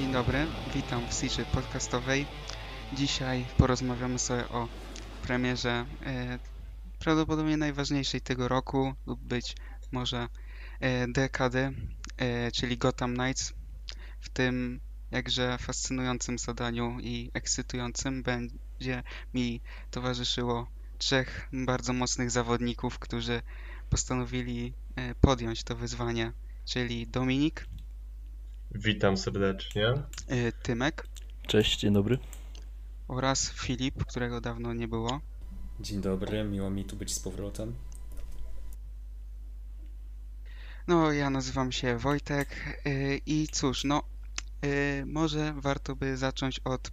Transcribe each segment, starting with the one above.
Dzień dobry, witam w Siczy podcastowej. Dzisiaj porozmawiamy sobie o premierze prawdopodobnie najważniejszej tego roku lub być może dekady, czyli Gotham Knights. W tym jakże fascynującym zadaniu i ekscytującym będzie mi towarzyszyło trzech bardzo mocnych zawodników, którzy postanowili podjąć to wyzwanie, czyli Dominik, Witam serdecznie. Tymek Cześć, dzień dobry. oraz Filip, którego dawno nie było. Dzień dobry, miło mi tu być z powrotem. No, ja nazywam się Wojtek i cóż, może warto by zacząć od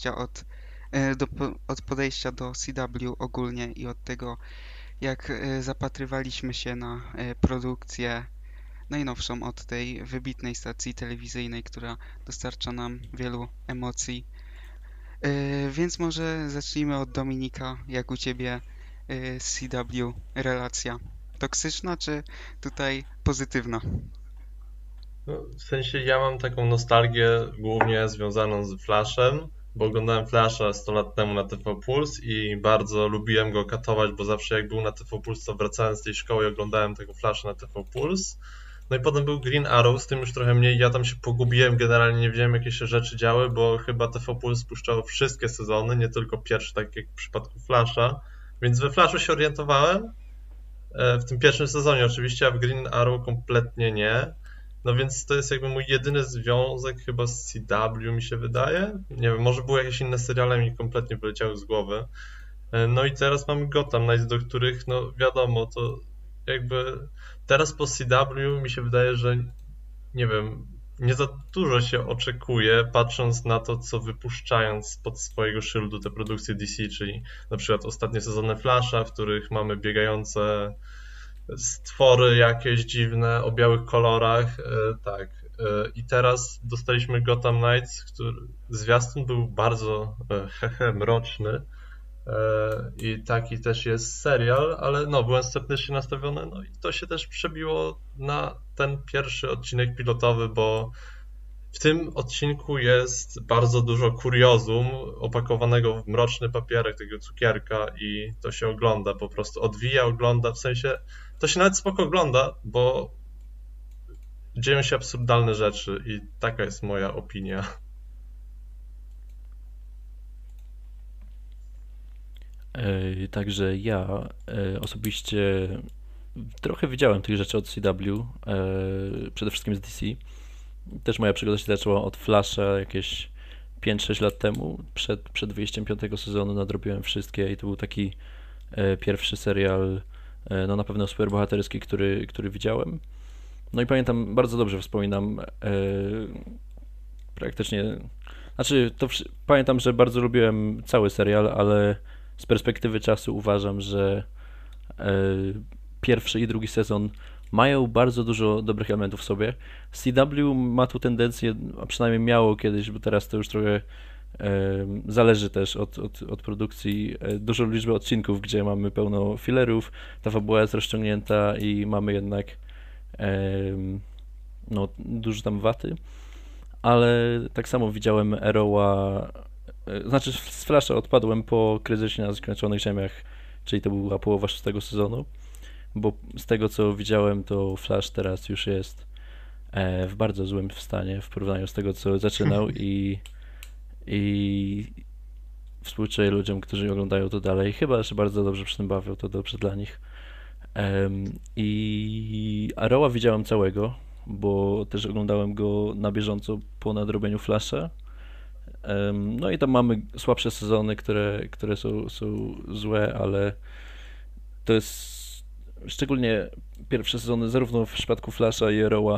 podejścia do CW ogólnie i od tego, jak zapatrywaliśmy się na produkcję najnowszą od tej wybitnej stacji telewizyjnej, która dostarcza nam wielu emocji. Więc może zacznijmy od Dominika. Jak u Ciebie CW relacja? Toksyczna czy tutaj pozytywna? No, w sensie ja mam taką nostalgię głównie związaną z Flashem, bo oglądałem Flasha 100 lat temu na TV Puls i bardzo lubiłem go katować, bo zawsze jak był na TV Puls, to wracałem z tej szkoły i oglądałem tego Flasha na TV Puls. No i potem był Green Arrow, z tym już trochę mniej, ja tam się pogubiłem, generalnie nie wiedziałem jakie się rzeczy działy, bo chyba TV Puls spuszczało wszystkie sezony, nie tylko pierwszy, tak jak w przypadku Flasha, więc we Flashu się orientowałem, w tym pierwszym sezonie oczywiście, a w Green Arrow kompletnie nie. No więc to jest jakby mój jedyny związek chyba z CW, mi się wydaje. Nie wiem, może były jakieś inne seriale, mi kompletnie wyleciały z głowy. No i teraz mamy Gotham Knights, do których, no wiadomo, to jakby teraz po CW mi się wydaje, że nie wiem, nie za dużo się oczekuje, patrząc na to, co wypuszczają spod swojego szyldu te produkcje DC, czyli na przykład ostatnie sezony Flasha, w których mamy biegające stwory jakieś dziwne o białych kolorach, tak. I teraz dostaliśmy Gotham Knights, który zwiastun był bardzo mroczny. I taki też jest serial, ale no, byłem sceptycznie nastawiony, no i to się też przebiło na ten pierwszy odcinek pilotowy, bo w tym odcinku jest bardzo dużo kuriozum opakowanego w mroczny papierek, tego cukierka i to się ogląda, po prostu ogląda, w sensie to się nawet spoko ogląda, bo dzieją się absurdalne rzeczy i taka jest moja opinia. Także ja osobiście trochę widziałem tych rzeczy od CW, przede wszystkim z DC. Też moja przygoda się zaczęła od Flasha jakieś 5-6 lat temu. Przed wyjściem 5. sezonu nadrobiłem wszystkie i to był taki pierwszy serial, no na pewno superbohaterski, który widziałem. No i pamiętam, bardzo dobrze wspominam praktycznie, znaczy pamiętam, że bardzo lubiłem cały serial, ale z perspektywy czasu uważam, że pierwszy i drugi sezon mają bardzo dużo dobrych elementów w sobie. CW ma tu tendencję, a przynajmniej miało kiedyś, bo teraz to już trochę zależy też od produkcji, dużo liczby odcinków, gdzie mamy pełno fillerów, ta fabuła jest rozciągnięta i mamy jednak no, dużo tam waty, ale tak samo widziałem Arrowa, znaczy z Flasha odpadłem po kryzysie na Zjednoczonych Ziemiach, czyli to była połowa 6. sezonu, bo z tego co widziałem, to Flash teraz już jest w bardzo złym stanie w porównaniu z tego co zaczynał i współczuję ludziom, którzy oglądają to dalej, chyba że bardzo dobrze przy tym bawią, to dobrze dla nich. I Arrowa widziałem całego, bo też oglądałem go na bieżąco po nadrobieniu Flasha. No i tam mamy słabsze sezony, które są złe, ale to jest szczególnie pierwsze sezony, zarówno w przypadku Flasha i Arrowa,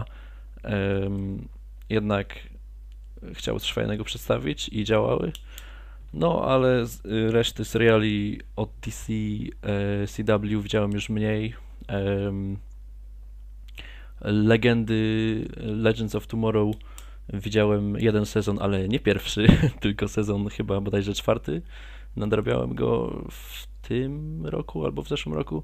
jednak chciały coś fajnego przedstawić i działały. No, ale z reszty seriali od DC, CW widziałem już mniej. Legends of Tomorrow widziałem jeden sezon, ale nie pierwszy, tylko sezon chyba bodajże 4. Nadrabiałem go w tym roku albo w zeszłym roku,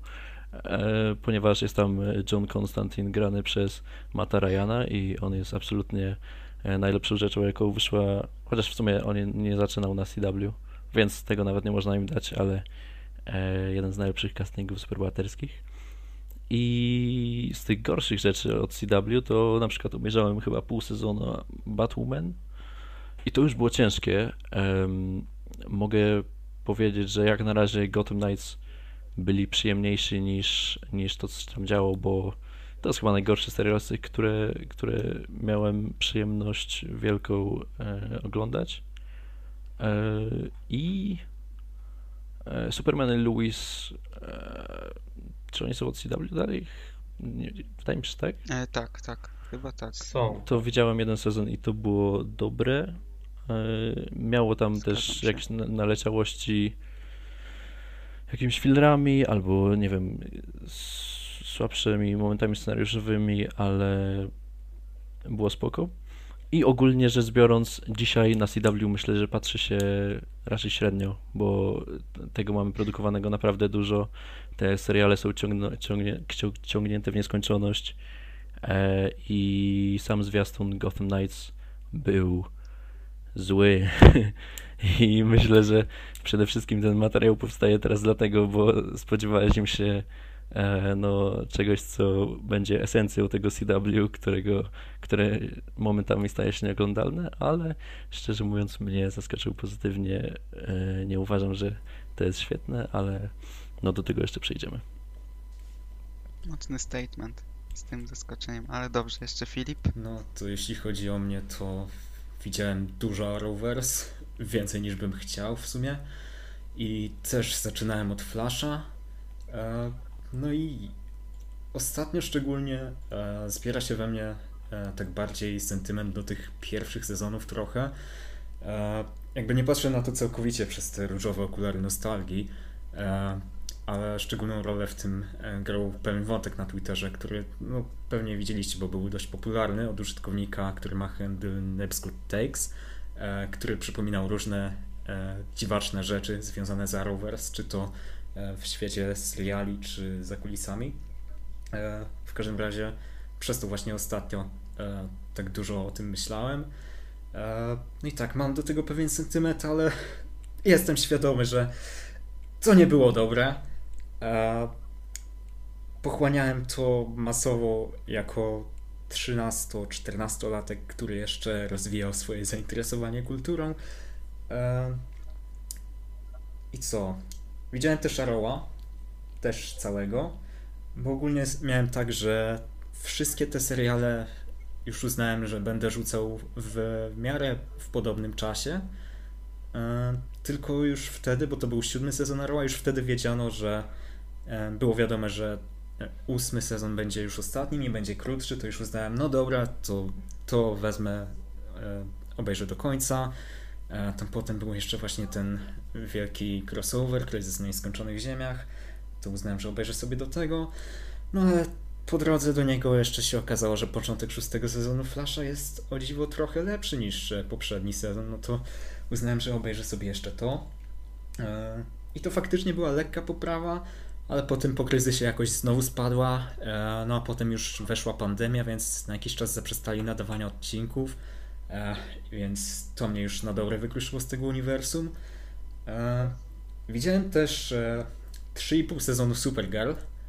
ponieważ jest tam John Constantine grany przez Matta Ryana i on jest absolutnie najlepszą rzeczą, jaką wyszła, chociaż w sumie on nie zaczynał na CW, więc tego nawet nie można im dać, ale jeden z najlepszych castingów superbohaterskich. I z tych gorszych rzeczy od CW to na przykład obejrzałem chyba pół sezonu Batwoman i to już było ciężkie. Mogę powiedzieć, że jak na razie Gotham Knights byli przyjemniejsi niż to, co się tam działo, bo to jest chyba najgorszy serial z tych, które miałem przyjemność wielką oglądać. I Superman i Lois, czy oni są od CW dalej? Nie, wydaje mi się, że tak. Tak, chyba tak. Są. To widziałem jeden sezon i to było dobre. Miało tam Zgadzam też się. jakieś naleciałości jakimiś filmami, albo nie wiem, słabszymi momentami scenariuszowymi, ale było spoko. I ogólnie rzecz biorąc, dzisiaj na CW myślę, że patrzy się raczej średnio, bo tego mamy produkowanego naprawdę dużo. Te seriale są ciągnięte w nieskończoność i sam zwiastun Gotham Knights był zły. I myślę, że przede wszystkim ten materiał powstaje teraz dlatego, bo spodziewaliśmy się czegoś, co będzie esencją tego CW, które momentami staje się nieoglądalne, ale szczerze mówiąc mnie zaskoczył pozytywnie. Nie uważam, że to jest świetne, ale do tego jeszcze przejdziemy. Mocny statement z tym zaskoczeniem, ale dobrze, jeszcze Filip. No to jeśli chodzi o mnie, to widziałem dużo Arrowverse, więcej niż bym chciał w sumie. I też zaczynałem od Flasha. No i ostatnio szczególnie zbiera się we mnie tak bardziej sentyment do tych pierwszych sezonów trochę. Jakby nie patrzę na to całkowicie przez te różowe okulary nostalgii, ale szczególną rolę w tym grał pewien wątek na Twitterze, który pewnie widzieliście, bo był dość popularny, od użytkownika, który ma handle Nebscoot Takes, który przypominał różne dziwaczne rzeczy związane z Arrowverse, czy to w świecie seriali, czy za kulisami. W każdym razie przez to właśnie ostatnio tak dużo o tym myślałem. No i tak, mam do tego pewien sentyment, ale jestem świadomy, że to nie było dobre. Pochłaniałem to masowo jako 13-14-latek, który jeszcze rozwijał swoje zainteresowanie kulturą. I co? Widziałem też Arrowa, też całego, bo ogólnie miałem tak, że wszystkie te seriale już uznałem, że będę rzucał w miarę w podobnym czasie. Tylko już wtedy, bo to był 7. sezon Arrowa, już wtedy wiedziano, że było wiadome, że 8. sezon będzie już ostatnim i będzie krótszy, to już uznałem, no dobra, to wezmę, obejrzę do końca. Tam potem był jeszcze właśnie ten wielki crossover, Kryzys na Nieskończonych Ziemiach, to uznałem, że obejrzę sobie do tego. No ale po drodze do niego jeszcze się okazało, że początek 6. sezonu Flasha jest o dziwo trochę lepszy niż poprzedni sezon, no to uznałem, że obejrzę sobie jeszcze to. I to faktycznie była lekka poprawa, ale potem po kryzysie jakoś znowu spadła, no a potem już weszła pandemia, więc na jakiś czas zaprzestali nadawania odcinków, więc to mnie już na dobre wykruszyło z tego uniwersum. Widziałem też 3,5 sezonu Supergirl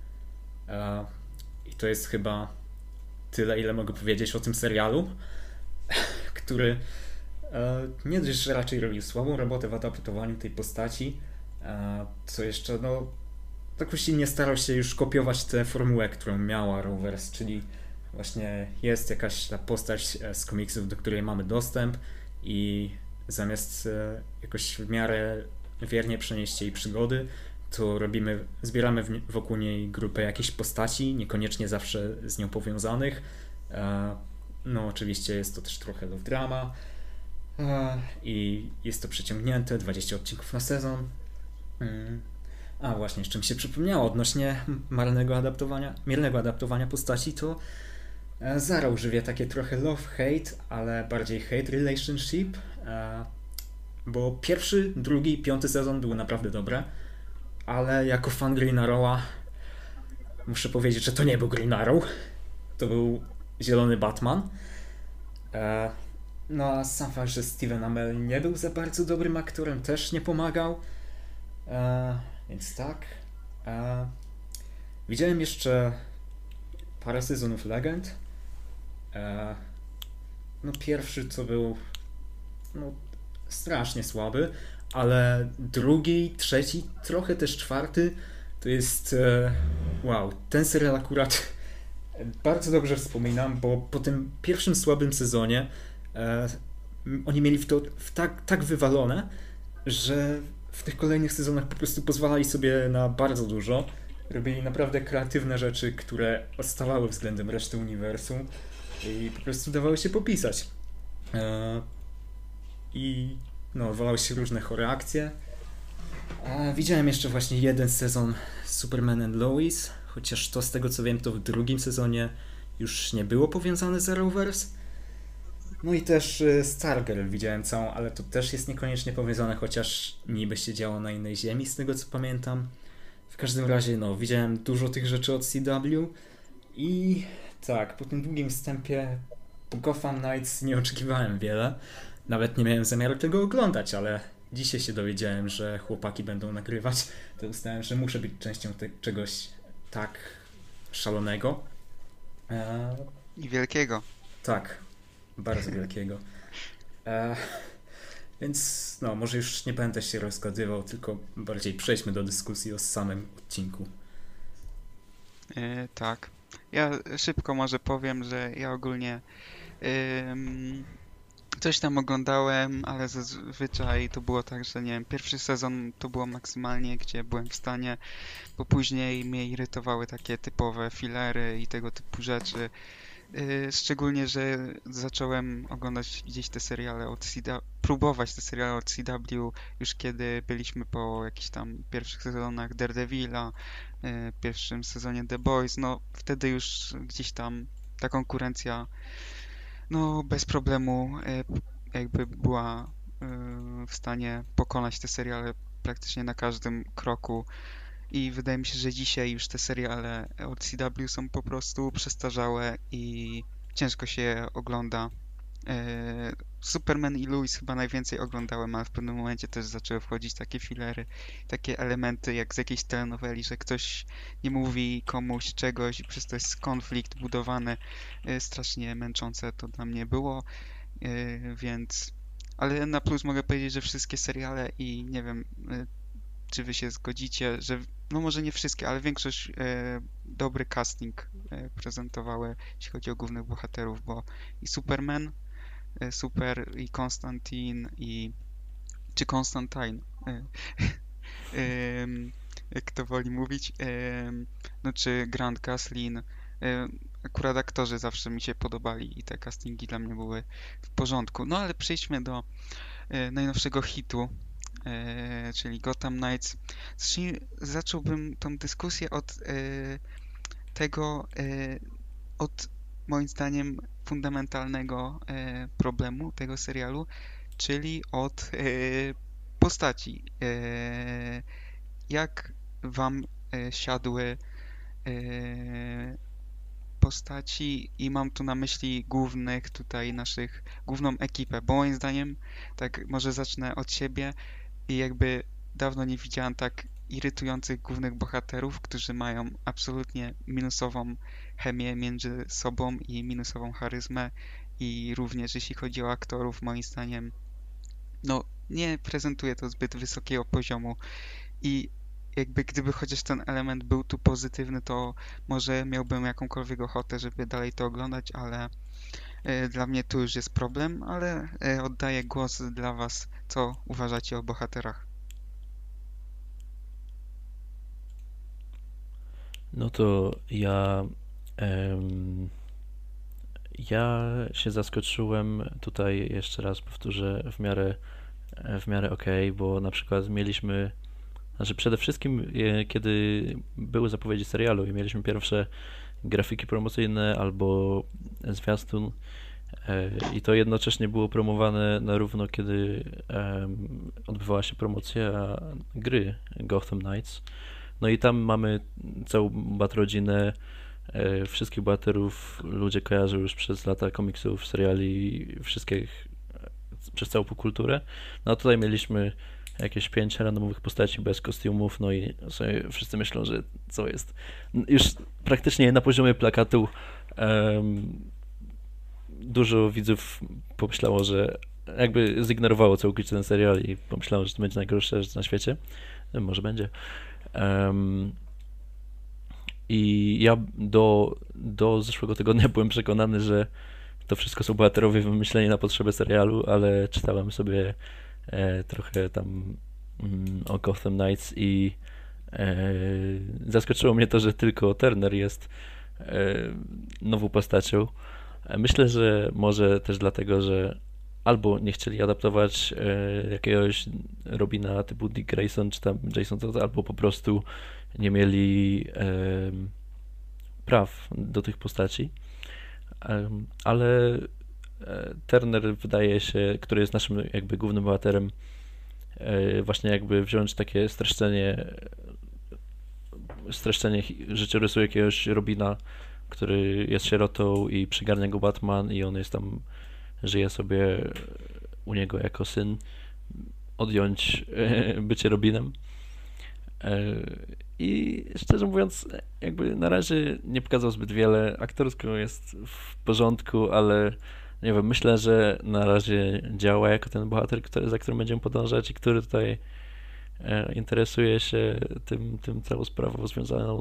i to jest chyba tyle, ile mogę powiedzieć o tym serialu, który nie dość, że raczej robił słabą robotę w adaptowaniu tej postaci, co jeszcze, tak usilnie starał się już kopiować tę formułę, którą miała Arrowverse, czyli właśnie jest jakaś ta postać z komiksów, do której mamy dostęp i zamiast jakoś w miarę wiernie przenieść jej przygody, to zbieramy wokół niej grupę jakichś postaci, niekoniecznie zawsze z nią powiązanych. No oczywiście jest to też trochę love drama i jest to przeciągnięte, 20 odcinków na sezon. A właśnie, jeszcze mi się przypomniało odnośnie miernego adaptowania postaci, to Zara używa takie trochę love-hate, ale bardziej hate relationship, bo 1., 2., 5. sezon były naprawdę dobre, ale jako fan Green Arrowa muszę powiedzieć, że to nie był Green Arrow, to był zielony Batman. No a sam fakt, że Steven Amell nie był za bardzo dobrym aktorem, też nie pomagał. Więc tak. E, Widziałem jeszcze parę sezonów Legend. E, no pierwszy to był no, strasznie słaby, ale drugi, trzeci, trochę też czwarty to jest wow, ten serial akurat bardzo dobrze wspominam, bo po tym pierwszym słabym sezonie oni mieli tak wywalone, że w tych kolejnych sezonach po prostu pozwalali sobie na bardzo dużo. Robili naprawdę kreatywne rzeczy, które odstawały względem reszty uniwersum i po prostu dawały się popisać. I no, walały się różne chore akcje. Widziałem jeszcze właśnie jeden sezon Superman and Lois, chociaż to z tego co wiem to w drugim sezonie już nie było powiązane z Arrowverse. No i też Stargirl widziałem całą, ale to też jest niekoniecznie powiązane, chociaż niby się działo na innej ziemi z tego co pamiętam. W każdym razie no, widziałem dużo tych rzeczy od CW i tak, po tym długim wstępie po Gotham Knights nie oczekiwałem wiele. Nawet nie miałem zamiaru tego oglądać, ale dzisiaj się dowiedziałem, że chłopaki będą nagrywać, to uznałem, że muszę być częścią czegoś tak szalonego. I wielkiego. Tak, bardzo wielkiego. Więc no, może już nie będę się rozgadywał, tylko bardziej przejdźmy do dyskusji o samym odcinku. Tak. Ja szybko może powiem, że ja ogólnie coś tam oglądałem, ale zazwyczaj to było tak, że nie wiem, pierwszy sezon to było maksymalnie, gdzie byłem w stanie, bo później mnie irytowały takie typowe fillery i tego typu rzeczy. Szczególnie, że zacząłem oglądać gdzieś te seriale od CW, próbować te seriale od CW już kiedy byliśmy po jakichś tam pierwszych sezonach Daredevila, pierwszym sezonie The Boys, no wtedy już gdzieś tam ta konkurencja no bez problemu jakby była w stanie pokonać te seriale praktycznie na każdym kroku. I wydaje mi się, że dzisiaj już te seriale od CW są po prostu przestarzałe i ciężko się ogląda. Superman i Lois chyba najwięcej oglądałem, ale w pewnym momencie też zaczęły wchodzić takie filery, takie elementy jak z jakiejś telenoweli, że ktoś nie mówi komuś czegoś i przez to jest konflikt budowany. Strasznie męczące to dla mnie było, więc... Ale na plus mogę powiedzieć, że wszystkie seriale i nie wiem, czy wy się zgodzicie, że no może nie wszystkie, ale większość dobry casting prezentowały, jeśli chodzi o głównych bohaterów, bo i Superman super, i Konstantin, czy Konstantine, jak to woli mówić, no czy Grant Gustin, akurat aktorzy zawsze mi się podobali i te castingi dla mnie były w porządku. No ale przejdźmy do najnowszego hitu, czyli Gotham Knights. Zacząłbym tą dyskusję od tego, od moim zdaniem fundamentalnego problemu tego serialu, czyli od postaci. Jak wam siadły postaci i mam tu na myśli głównych tutaj główną ekipę, bo moim zdaniem, tak może zacznę od siebie i jakby dawno nie widziałem tak irytujących głównych bohaterów, którzy mają absolutnie minusową chemię między sobą i minusową charyzmę i również jeśli chodzi o aktorów, moim zdaniem no nie prezentuje to zbyt wysokiego poziomu i jakby gdyby chociaż ten element był tu pozytywny, to może miałbym jakąkolwiek ochotę, żeby dalej to oglądać, ale dla mnie tu już jest problem, ale oddaję głos dla was, co uważacie o bohaterach. No to ja się zaskoczyłem, tutaj jeszcze raz powtórzę, w miarę okej, bo na przykład znaczy przede wszystkim kiedy były zapowiedzi serialu i mieliśmy pierwsze grafiki promocyjne albo zwiastun i to jednocześnie było promowane na równo, kiedy odbywała się promocja gry Gotham Knights. No i tam mamy całą Batrodzinę, wszystkich bohaterów ludzie kojarzą już przez lata komiksów, seriali, przez całą popkulturę. No a tutaj mieliśmy jakieś 5 randomowych postaci bez kostiumów, no i sobie wszyscy myślą, że co jest. Już praktycznie na poziomie plakatu dużo widzów pomyślało, że jakby zignorowało całkowicie ten serial i pomyślało, że to będzie najgorsza rzecz na świecie. Może będzie. I ja do zeszłego tygodnia byłem przekonany, że to wszystko są bohaterowie wymyśleni na potrzeby serialu, ale czytałem sobie trochę tam o Gotham Knights i zaskoczyło mnie to, że tylko Turner jest nową postacią. Myślę, że może też dlatego, że albo nie chcieli adaptować jakiegoś Robina typu Dick Grayson czy tam Jason Todd, albo po prostu nie mieli praw do tych postaci. Ale Turner wydaje się, który jest naszym jakby głównym bohaterem, właśnie jakby wziąć takie streszczenie życiorysu jakiegoś Robina, który jest sierotą i przygarnia go Batman i on jest tam, żyje sobie u niego jako syn, odjąć bycie Robinem. I szczerze mówiąc, jakby na razie nie pokazał zbyt wiele. Aktorsko jest w porządku, ale nie wiem, myślę, że na razie działa jako ten bohater, za którym będziemy podążać i który tutaj interesuje się tym całą sprawą związaną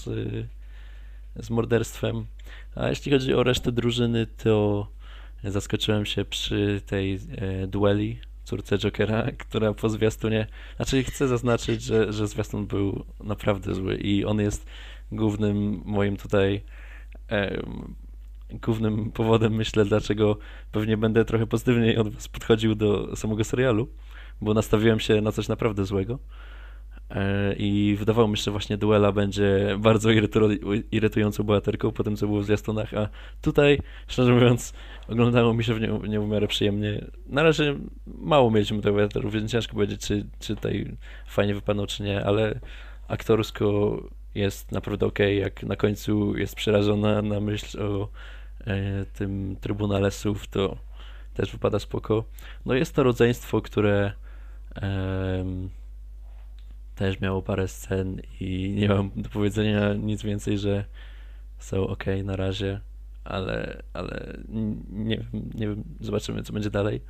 z morderstwem. A jeśli chodzi o resztę drużyny, to zaskoczyłem się przy tej dueli, córce Jokera, która po zwiastunie, znaczy chcę zaznaczyć, że zwiastun był naprawdę zły i on jest głównym moim tutaj głównym powodem, myślę, dlaczego pewnie będę trochę pozytywniej od was podchodził do samego serialu, bo nastawiłem się na coś naprawdę złego i wydawało mi się, że właśnie duela będzie bardzo irytującą bohaterką po tym, co było w zwiastunach, a tutaj, szczerze mówiąc, oglądało mi się w nią w miarę przyjemnie. Na razie mało mieliśmy tego bohaterów, więc ciężko powiedzieć, czy tutaj fajnie wypadną, czy nie, ale aktorsko jest naprawdę okej, jak na końcu jest przerażona na myśl o tym Trybunale Słów, to też wypada spoko. No jest to rodzeństwo, które też miało parę scen i nie mam do powiedzenia nic więcej, że są okej na razie, ale nie wiem, zobaczymy, co będzie dalej.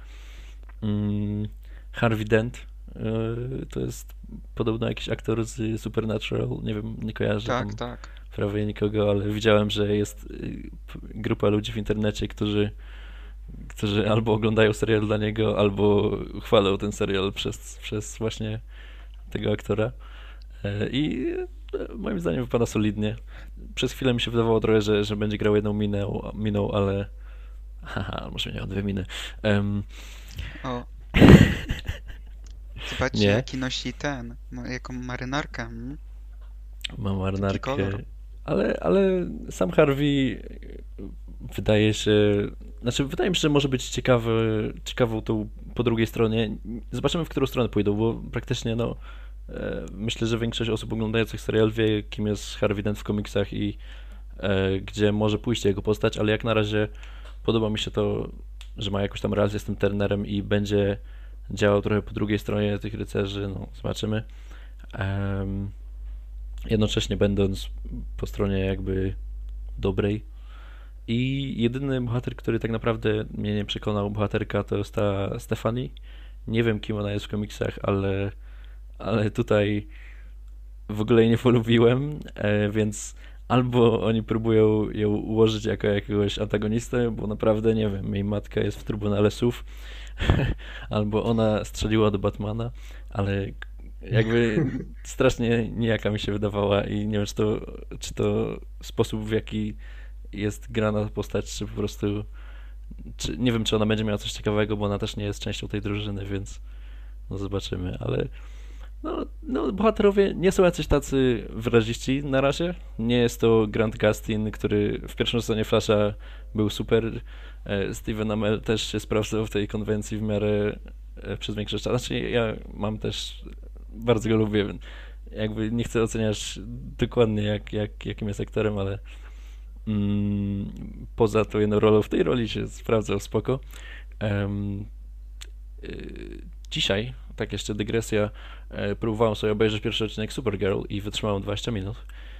Harvey Dent to jest podobno jakiś aktor z Supernatural, nie wiem, nie kojarzę Tak. prawie nikogo, ale widziałem, że jest grupa ludzi w internecie, którzy albo oglądają serial dla niego, albo chwalą ten serial przez właśnie tego aktora. I moim zdaniem wypada solidnie. Przez chwilę mi się wydawało trochę, że będzie grał jedną miną, ale może miał dwie miny. O. Zobaczcie, Nie? jaki nosi jaką marynarkę. Ma marynarkę. kolor. Ale sam Harvey wydaje mi się, że może być ciekawą tą po drugiej stronie. Zobaczymy, w którą stronę pójdą, bo praktycznie myślę, że większość osób oglądających serial wie, kim jest Harvey Dent w komiksach i gdzie może pójść jego postać, ale jak na razie podoba mi się to, że ma jakąś tam relację z tym Turnerem i będzie działał trochę po drugiej stronie tych rycerzy, no zobaczymy. Jednocześnie będąc po stronie jakby dobrej. I jedyny bohater, który tak naprawdę mnie nie przekonał, bohaterka, to jest ta Stephanie. Nie wiem, kim ona jest w komiksach, ale tutaj w ogóle jej nie polubiłem, więc albo oni próbują ją ułożyć jako jakiegoś antagonistę, bo naprawdę nie wiem, jej matka jest w Trybunale Słów, albo ona strzeliła do Batmana, ale jakby strasznie nijaka mi się wydawała i nie wiem, czy to sposób, w jaki jest grana postać, czy po prostu nie wiem, czy ona będzie miała coś ciekawego, bo ona też nie jest częścią tej drużyny, więc no zobaczymy, ale no bohaterowie nie są jacyś tacy wyraziści na razie. Nie jest to Grant Gustin, który w pierwszym sezonie Flasha był super. Stephen Amell też się sprawdzał w tej konwencji w miarę przez większość czasu. Znaczy ja mam też, bardzo go lubię, jakby nie chcę oceniać dokładnie jakim jest aktorem, ale poza tą jedną rolą w tej roli się sprawdzał spoko. Dzisiaj, tak jeszcze dygresja, próbowałem sobie obejrzeć pierwszy odcinek Supergirl i wytrzymałem 20 minut.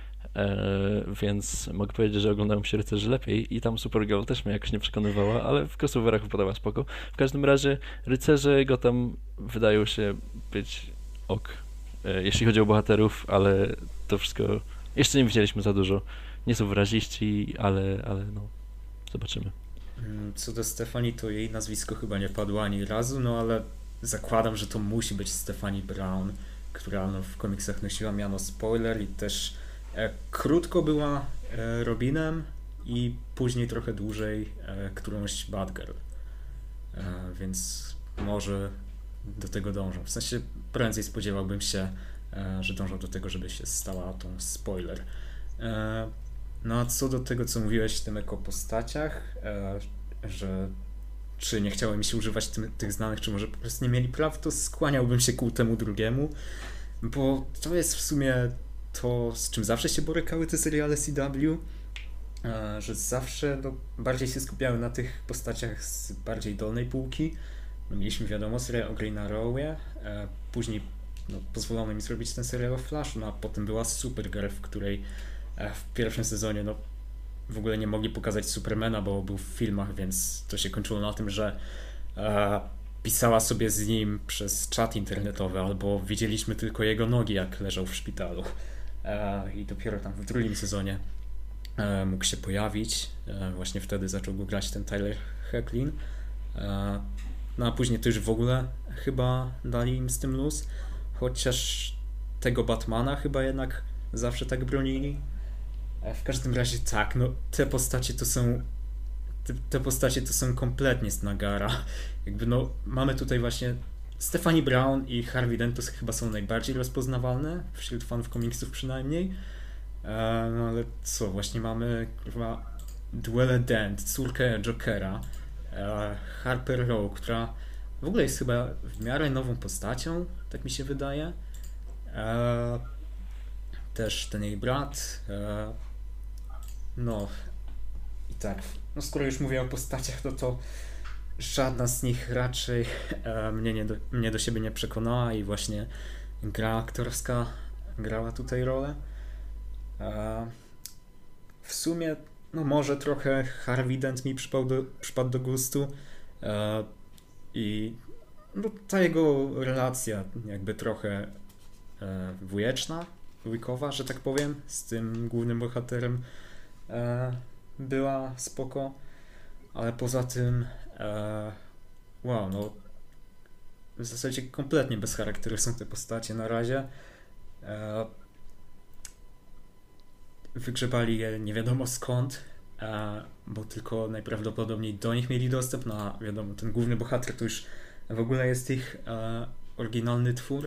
Więc mogę powiedzieć, że oglądają się Rycerzy lepiej i tam Supergirl też mnie jakoś nie przekonywała, ale w crossoverach wypadała spoko. W każdym razie Rycerze Gotham wydają się być ok, jeśli chodzi o bohaterów, ale to wszystko jeszcze nie widzieliśmy za dużo. Nie są wyraziści, ale no, zobaczymy. Co do Stephanie, to jej nazwisko chyba nie padło ani razu, no ale zakładam, że to musi być Stephanie Brown, która no, w komiksach nosiła miano Spoiler i też krótko była Robinem i później trochę dłużej którąś Batgirl. Więc może do tego dążą. W sensie prędzej spodziewałbym się, że dążą do tego, żeby się stała tą Spoiler. No a co do tego, co mówiłeś w tym postaciach, że czy nie chciało mi się używać tych znanych, czy może po prostu nie mieli praw, to skłaniałbym się ku temu drugiemu, bo to jest w sumie to, z czym zawsze się borykały te seriale CW, że zawsze no, bardziej się skupiały na tych postaciach z bardziej dolnej półki. No, mieliśmy wiadomo serial o Green Arrowie, później no, pozwolono mi zrobić ten serial o Flashu, no a potem była Supergirl, w której w pierwszym sezonie no, w ogóle nie mogli pokazać Supermana, bo był w filmach, więc to się kończyło na tym, że pisała sobie z nim przez czat internetowy, albo widzieliśmy tylko jego nogi, jak leżał w szpitalu. I dopiero tam w drugim sezonie mógł się pojawić. Właśnie wtedy zaczął go grać ten Tyler Hoechlin. No a później to już w ogóle chyba dali im z tym luz. Chociaż tego Batmana chyba jednak zawsze tak bronili. W każdym razie tak, no te postacie to są kompletnie z nagara. Jakby no mamy tutaj właśnie Stephanie Brown i Harvey Dent to chyba są najbardziej rozpoznawalne wśród fanów komiksów przynajmniej. No ale co, właśnie mamy kurwa Dwelle Dent, córkę Jokera, Harper Row, która w ogóle jest chyba w miarę nową postacią, tak mi się wydaje. Też ten jej brat. No i tak, no skoro już mówię o postaciach, to żadna z nich raczej mnie do siebie nie przekonała i właśnie gra aktorska grała tutaj rolę. W sumie no może trochę Harvey Dent mi przypadł do gustu i no, ta jego relacja jakby trochę wujkowa, że tak powiem, z tym głównym bohaterem była spoko, ale poza tym wow, no w zasadzie kompletnie bez charakteru są te postacie na razie. Wygrzebali je nie wiadomo skąd, bo tylko najprawdopodobniej do nich mieli dostęp, no a wiadomo, ten główny bohater to już w ogóle jest ich oryginalny twór.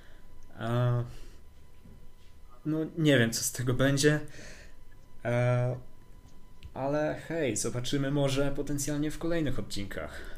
No nie wiem, co z tego będzie, ale hej, zobaczymy może potencjalnie w kolejnych odcinkach.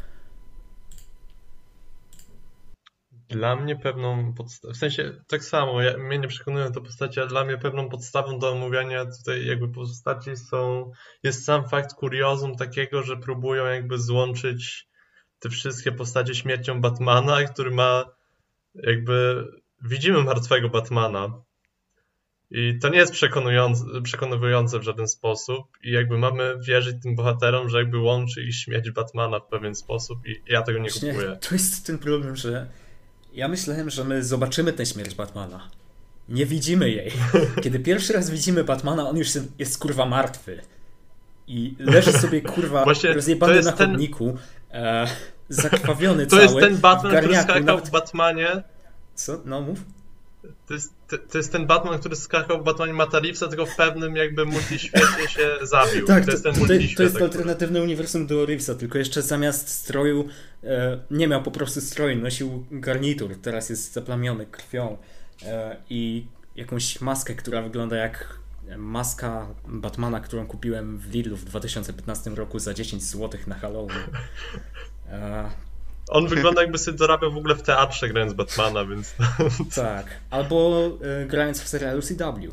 Dla mnie pewną podstawą, w sensie tak samo, mnie nie przekonują te postacie, ale dla mnie pewną podstawą do omówienia tutaj jakby postaci jest sam fakt kuriozum takiego, że próbują jakby złączyć te wszystkie postacie śmiercią Batmana, który ma jakby, widzimy martwego Batmana i to nie jest przekonujące w żaden sposób i jakby mamy wierzyć tym bohaterom, że jakby łączy ich śmierć Batmana w pewien sposób i ja tego nie kupuję. To jest ten problem, że ja myślałem, że my zobaczymy tę śmierć Batmana. Nie widzimy jej. Kiedy pierwszy raz widzimy Batmana, on już jest kurwa martwy. I leży sobie kurwa rozjebany na chodniku, zakrwawiony cały. To jest ten Batman, który skakał w Batmanie. Co? No mów. To jest ten Batman, który skakał w Batmanie Matta Reevesa, tylko w pewnym jakby multiświecie się zabił. Tak, to jest alternatywne uniwersum do Reevesa, tylko jeszcze zamiast stroju nie miał po prostu stroju, nosił garnitur, teraz jest zaplamiony krwią i jakąś maskę, która wygląda jak maska Batmana, którą kupiłem w Lidlu w 2015 roku za 10 zł na Halloween. On wygląda jakby sobie dorabiał w ogóle w teatrze grając Batmana, więc... Tak, albo grając w serialu CW.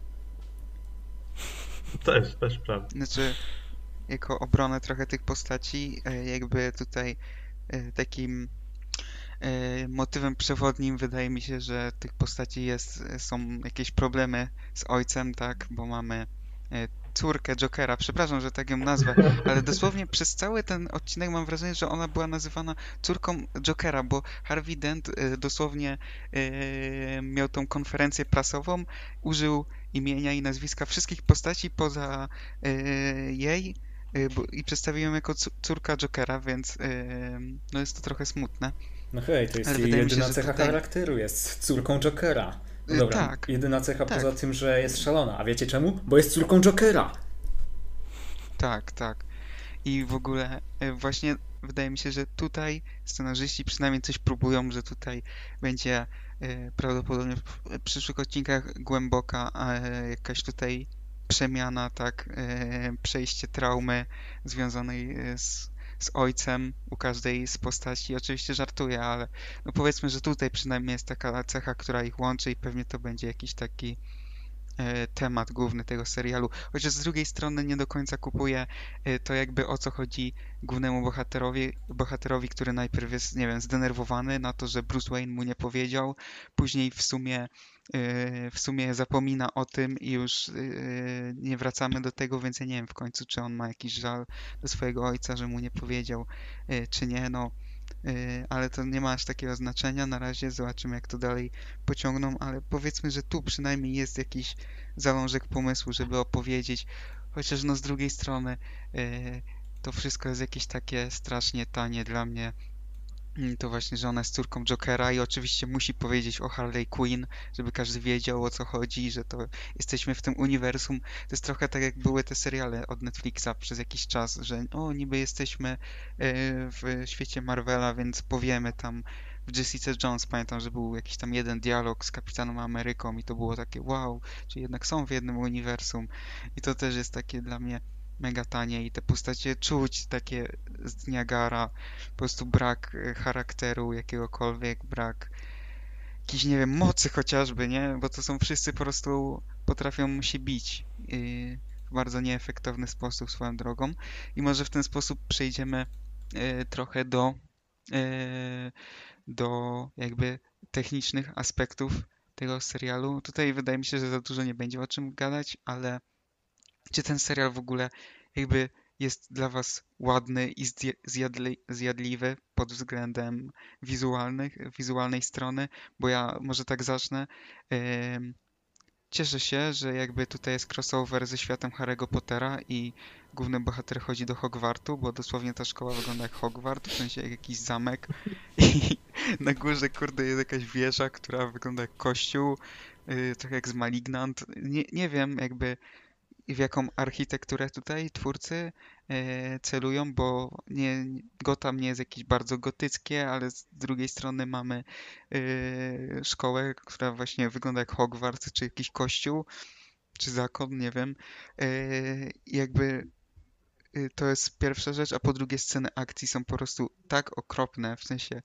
Też prawda. Znaczy, jako obronę trochę tych postaci, jakby tutaj takim motywem przewodnim wydaje mi się, że tych postaci są jakieś problemy z ojcem, tak, bo mamy córkę Jokera, przepraszam, że tak ją nazwę, ale dosłownie przez cały ten odcinek mam wrażenie, że ona była nazywana córką Jokera, bo Harvey Dent dosłownie miał tą konferencję prasową, użył imienia i nazwiska wszystkich postaci poza jej i przedstawił ją jako córka Jokera, więc no jest to trochę smutne. No hej, to jest Ale jej wydaje mi się, jedyna że cecha tutaj- charakteru, jest córką Jokera. No dobra, Tak, jedyna cecha tak. poza tym, że jest szalona. A wiecie czemu? Bo jest córką Jokera. tak, tak. I w ogóle właśnie wydaje mi się, że tutaj scenarzyści przynajmniej coś próbują, że tutaj będzie prawdopodobnie w przyszłych odcinkach głęboka jakaś tutaj przemiana, tak, przejście traumy związanej z ojcem u każdej z postaci. Oczywiście żartuję, ale no powiedzmy, że tutaj przynajmniej jest taka cecha, która ich łączy i pewnie to będzie jakiś taki temat główny tego serialu. Chociaż z drugiej strony nie do końca kupuję to jakby o co chodzi głównemu bohaterowi, który najpierw jest, nie wiem, zdenerwowany na to, że Bruce Wayne mu nie powiedział, później w sumie zapomina o tym i już nie wracamy do tego, więc ja nie wiem w końcu, czy on ma jakiś żal do swojego ojca, że mu nie powiedział, czy nie, no. Ale to nie ma aż takiego znaczenia na razie, zobaczymy jak to dalej pociągną, ale powiedzmy, że tu przynajmniej jest jakiś zalążek pomysłu, żeby opowiedzieć, chociaż no z drugiej strony to wszystko jest jakieś takie strasznie tanie dla mnie. To właśnie, że ona jest córką Jokera i oczywiście musi powiedzieć o Harley Quinn, żeby każdy wiedział o co chodzi, że to jesteśmy w tym uniwersum. To jest trochę tak jak były te seriale od Netflixa przez jakiś czas, że o niby jesteśmy w świecie Marvela, więc powiemy tam w Jessica Jones, pamiętam, że był jakiś tam jeden dialog z Kapitanem Ameryką i to było takie wow, czy jednak są w jednym uniwersum i to też jest takie dla mnie mega tanie i te postacie czuć takie z Niagara, po prostu brak charakteru jakiegokolwiek, brak jakiejś, nie wiem, mocy chociażby, nie? Bo to są wszyscy po prostu potrafią się bić w bardzo nieefektowny sposób swoją drogą i może w ten sposób przejdziemy trochę do jakby technicznych aspektów tego serialu. Tutaj wydaje mi się, że za dużo nie będzie o czym gadać, ale czy ten serial w ogóle jakby jest dla was ładny i zjadliwy pod względem wizualnej strony? Bo ja może tak zacznę. Cieszę się, że jakby tutaj jest crossover ze światem Harry'ego Pottera i główny bohater chodzi do Hogwartu, bo dosłownie ta szkoła wygląda jak Hogwart, w sensie jak jakiś zamek i na górze kurde jest jakaś wieża, która wygląda jak kościół, trochę jak z Malignant. Nie wiem jakby w jaką architekturę tutaj twórcy celują, bo Gotham nie jest jakieś bardzo gotyckie, ale z drugiej strony mamy szkołę, która właśnie wygląda jak Hogwarts, czy jakiś kościół, czy zakon, nie wiem. Jakby to jest pierwsza rzecz, a po drugie sceny akcji są po prostu tak okropne, w sensie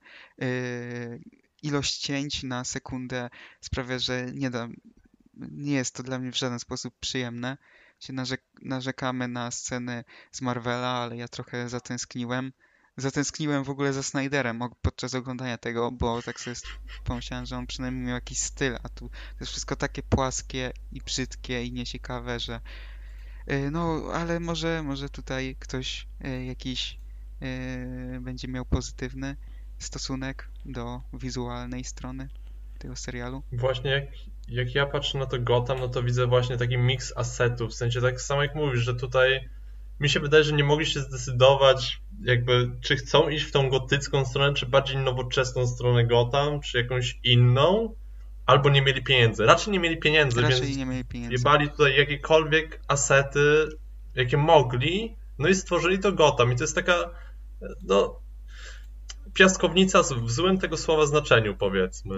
ilość cięć na sekundę sprawia, że nie jest to dla mnie w żaden sposób przyjemne. Się narzekamy na sceny z Marvela, ale ja trochę zatęskniłem. Zatęskniłem w ogóle za Snyderem podczas oglądania tego, bo tak sobie pomyślałem, że on przynajmniej miał jakiś styl, a tu to jest wszystko takie płaskie i brzydkie i nieciekawe, że no, ale może tutaj ktoś jakiś będzie miał pozytywny stosunek do wizualnej strony tego serialu. Właśnie jak ja patrzę na to Gotham, no to widzę właśnie taki miks asetów, w sensie tak samo jak mówisz, że tutaj mi się wydaje, że nie mogli się zdecydować jakby, czy chcą iść w tą gotycką stronę, czy bardziej nowoczesną stronę Gotham, czy jakąś inną, albo nie mieli pieniędzy. Raczej nie mieli pieniędzy, Raczej więc nie mieli pieniędzy. jebali tutaj jakiekolwiek asety, jakie mogli, no i stworzyli to Gotham i to jest taka, no, piaskownica w złym tego słowa znaczeniu, powiedzmy.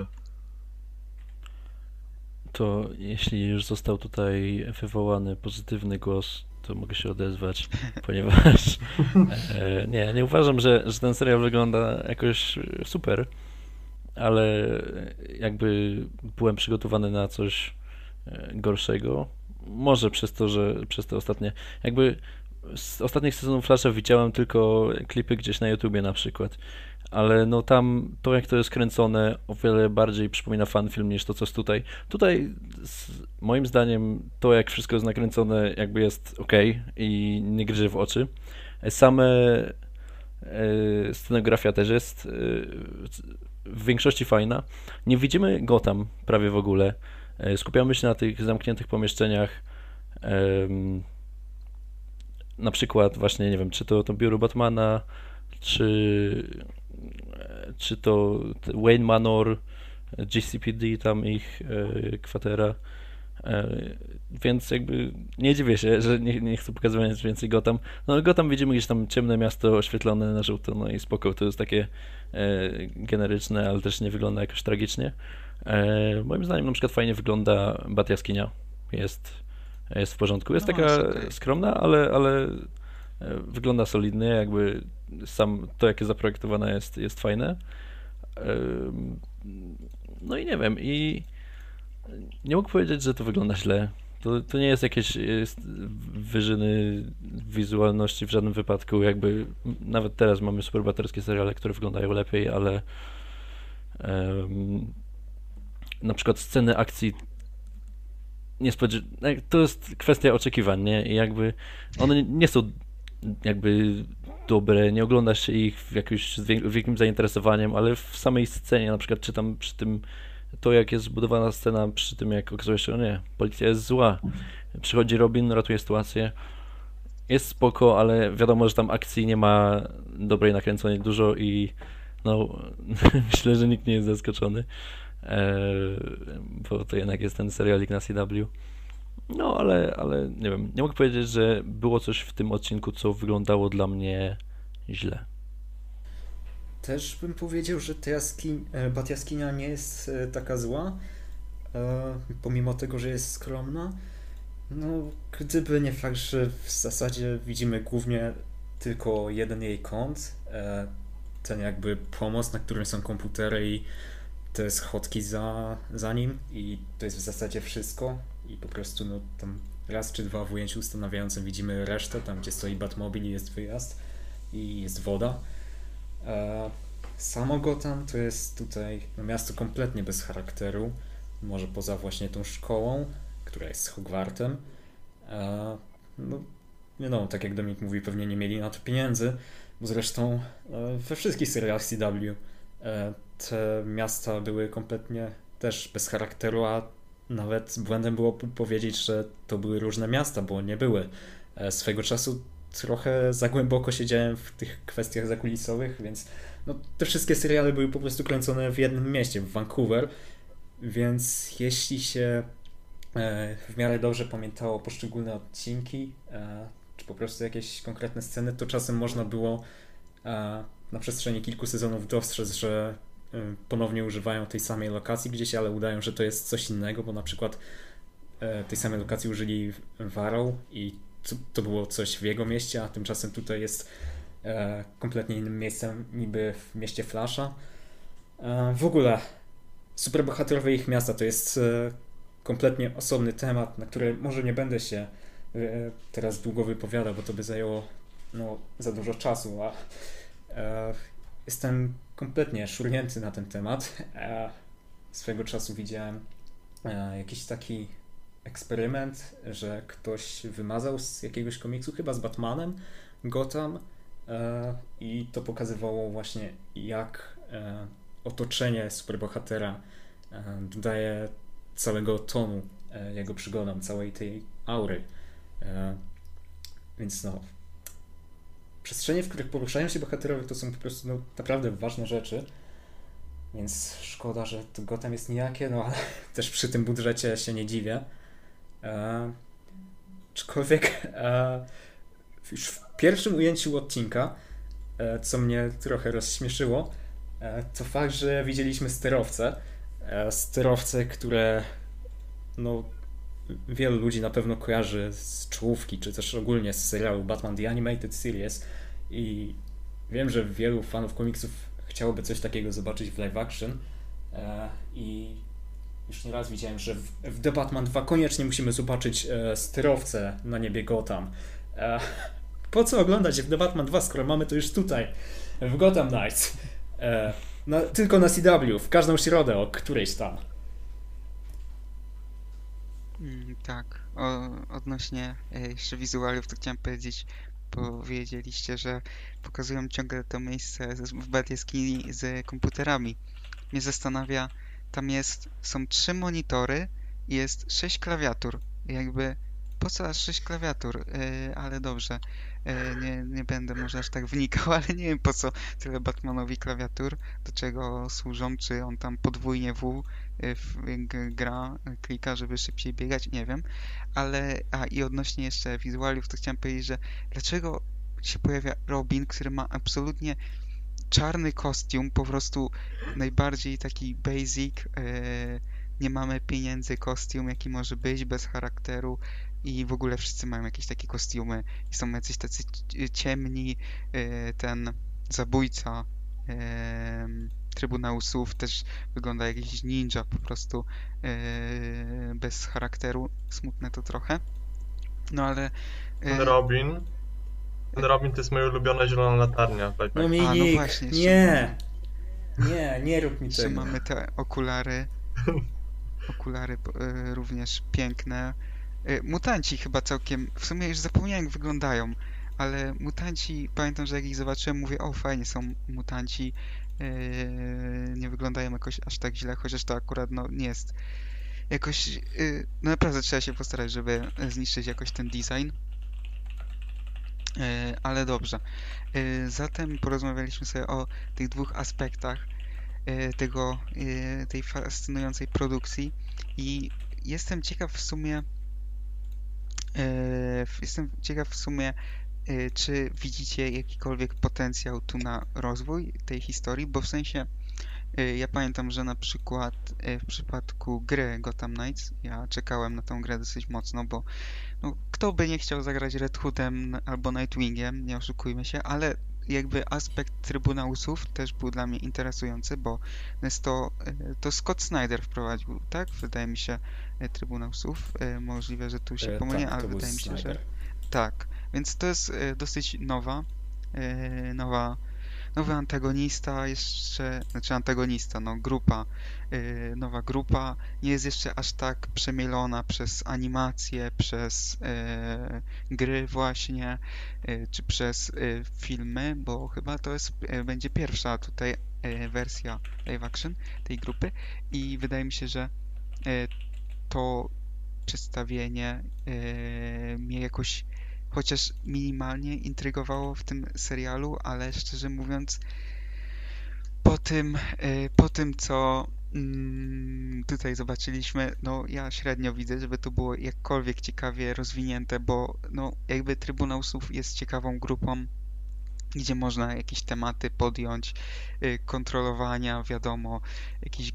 To jeśli już został tutaj wywołany pozytywny głos, to mogę się odezwać, ponieważ nie uważam, że ten serial wygląda jakoś super, ale jakby byłem przygotowany na coś gorszego. Może przez to, że przez te ostatnie, jakby z ostatnich sezonów Flasha widziałem tylko klipy gdzieś na YouTubie na przykład, ale no tam to jak to jest kręcone o wiele bardziej przypomina fanfilm niż to co jest tutaj. Tutaj moim zdaniem to jak wszystko jest nakręcone jakby jest okej i nie gryzie w oczy. Same scenografia też jest w większości fajna. Nie widzimy Gotham prawie w ogóle. Skupiamy się na tych zamkniętych pomieszczeniach. Na przykład właśnie, nie wiem, czy to biuro Batmana, czy to Wayne Manor, GCPD, tam ich kwatera. Więc jakby nie dziwię się, że nie chcę pokazywać więcej Gotham. No ale Gotham widzimy gdzieś tam ciemne miasto oświetlone na żółto, no i spoko, to jest takie generyczne, ale też nie wygląda jakoś tragicznie. Moim zdaniem na przykład fajnie wygląda Bat Jaskinia. Jest w porządku. Jest No, taka jest okej. skromna, ale wygląda solidnie, jakby sam to jakie zaprojektowane jest fajne. No i nie wiem, i nie mógł powiedzieć, że to wygląda źle. To nie jest jakieś wyżyny wizualności w żadnym wypadku. Jakby nawet teraz mamy superbohaterskie seriale, które wyglądają lepiej, ale na przykład sceny akcji to jest kwestia oczekiwań, nie? I jakby one nie są jakby dobre, nie ogląda się ich z wielkim zainteresowaniem, ale w samej scenie, na przykład czytam przy tym to, jak jest zbudowana scena, przy tym jak okazuje się, że nie, policja jest zła. Przychodzi Robin, ratuje sytuację. Jest spoko, ale wiadomo, że tam akcji nie ma dobrej nakręconej dużo i no myślę, że nikt nie jest zaskoczony, bo to jednak jest ten serialik na CW. No, ale nie wiem, nie mogę powiedzieć, że było coś w tym odcinku, co wyglądało dla mnie źle. Też bym powiedział, że Bat Jaskinia nie jest taka zła, pomimo tego, że jest skromna. No, gdyby nie fakt, że w zasadzie widzimy głównie tylko jeden jej kąt, ten jakby pomost, na którym są komputery i te schodki za nim i to jest w zasadzie wszystko i po prostu no tam raz czy dwa w ujęciu ustanawiającym widzimy resztę, tam gdzie stoi Batmobil i jest wyjazd i jest woda. Samo Gotham to jest tutaj no, miasto kompletnie bez charakteru, może poza właśnie tą szkołą, która jest Hogwartem. No, wiadomo, tak jak Dominik mówi, pewnie nie mieli na to pieniędzy, bo zresztą we wszystkich serialach CW te miasta były kompletnie też bez charakteru, a nawet błędem było powiedzieć, że to były różne miasta, bo nie były. Swego czasu trochę za głęboko siedziałem w tych kwestiach zakulisowych, więc no, te wszystkie seriale były po prostu kręcone w jednym mieście, w Vancouver, więc jeśli się w miarę dobrze pamiętało poszczególne odcinki, czy po prostu jakieś konkretne sceny, to czasem można było na przestrzeni kilku sezonów dostrzec, że ponownie używają tej samej lokacji gdzieś, ale udają, że to jest coś innego, bo na przykład tej samej lokacji użyli w Arrow i to było coś w jego mieście, a tymczasem tutaj jest kompletnie innym miejscem, niby w mieście Flasha. W ogóle superbohaterowie ich miasta to jest kompletnie osobny temat, na który może nie będę się teraz długo wypowiadał, bo to by zajęło no, za dużo czasu, a jestem kompletnie szurnięty na ten temat. Swego czasu widziałem jakiś taki eksperyment, że ktoś wymazał z jakiegoś komiksu, chyba z Batmanem, Gotham i to pokazywało właśnie jak otoczenie superbohatera dodaje całego tonu jego przygodom, całej tej aury. Więc no, przestrzenie, w których poruszają się bohaterowie, to są po prostu no, naprawdę ważne rzeczy. Więc szkoda, że to Gotham jest nijakie, no ale też przy tym budżecie się nie dziwię. Aczkolwiek już w pierwszym ujęciu odcinka, co mnie trochę rozśmieszyło, to fakt, że widzieliśmy sterowce. Sterowce, które no, wielu ludzi na pewno kojarzy z czołówki, czy też ogólnie z serialu Batman The Animated Series i wiem, że wielu fanów komiksów chciałoby coś takiego zobaczyć w live action i już nieraz widziałem, że w The Batman 2 koniecznie musimy zobaczyć sterowce na niebie Gotham. Po co oglądać w The Batman 2, skoro mamy to już tutaj, w Gotham Knights? Tylko na CW, w każdą środę o którejś tam. Tak, odnośnie jeszcze wizualiów, to chciałem powiedzieć, powiedzieliście, że pokazują ciągle to miejsce w Bad Jaskini z komputerami. Mnie zastanawia, są 3 monitory i jest 6 klawiatur. Jakby, po co aż 6 klawiatur? Ale dobrze, nie będę może aż tak wnikał, ale nie wiem po co tyle Batmanowi klawiatur, do czego służą, czy on tam podwójnie gra, klika, żeby szybciej biegać, nie wiem. I odnośnie jeszcze wizualiów, to chciałem powiedzieć, że dlaczego się pojawia Robin, który ma absolutnie czarny kostium, po prostu najbardziej taki basic, nie mamy pieniędzy kostium, jaki może być, bez charakteru i w ogóle wszyscy mają jakieś takie kostiumy i są jacyś tacy ciemni, ten zabójca Trybunału Słów też wygląda jak jakiś ninja, po prostu bez charakteru, smutne to trochę, no ale Ten Robin to jest moja ulubiona zielona latarnia. Dominik, właśnie, nie rób mi jeszcze tego. mamy te okulary również piękne. Mutanci chyba całkiem, w sumie już zapomniałem jak wyglądają, ale mutanci, pamiętam, że jak ich zobaczyłem, mówię, o fajnie są mutanci, nie wyglądają jakoś aż tak źle, chociaż to akurat no nie jest jakoś, no naprawdę trzeba się postarać, żeby zniszczyć jakoś ten design. Ale dobrze. Zatem porozmawialiśmy sobie o tych 2 aspektach tej fascynującej produkcji i jestem ciekaw w sumie, czy widzicie jakikolwiek potencjał tu na rozwój tej historii, bo w sensie ja pamiętam, że na przykład w przypadku gry Gotham Knights ja czekałem na tą grę dosyć mocno, bo no, kto by nie chciał zagrać Red Hoodem albo Nightwingiem, nie oszukujmy się, ale jakby aspekt Trybunału Słów też był dla mnie interesujący, bo jest to Scott Snyder wprowadził, tak? Wydaje mi się Trybunał Słów. Możliwe, że tu się pomyliłem, Tak, ale to był wydaje mi się, że Snyder. tak. Więc to jest dosyć nowy antagonista, znaczy antagonista, no grupa, nowa grupa, nie jest jeszcze aż tak przemielona przez animacje, przez gry właśnie, czy przez filmy, bo chyba to będzie pierwsza tutaj wersja live action tej grupy i wydaje mi się, że to przedstawienie mnie jakoś chociaż minimalnie intrygowało w tym serialu, ale szczerze mówiąc po tym co tutaj zobaczyliśmy, no ja średnio widzę, żeby to było jakkolwiek ciekawie rozwinięte, bo no jakby Trybunał Słów jest ciekawą grupą, gdzie można jakieś tematy podjąć, kontrolowania, wiadomo, jakieś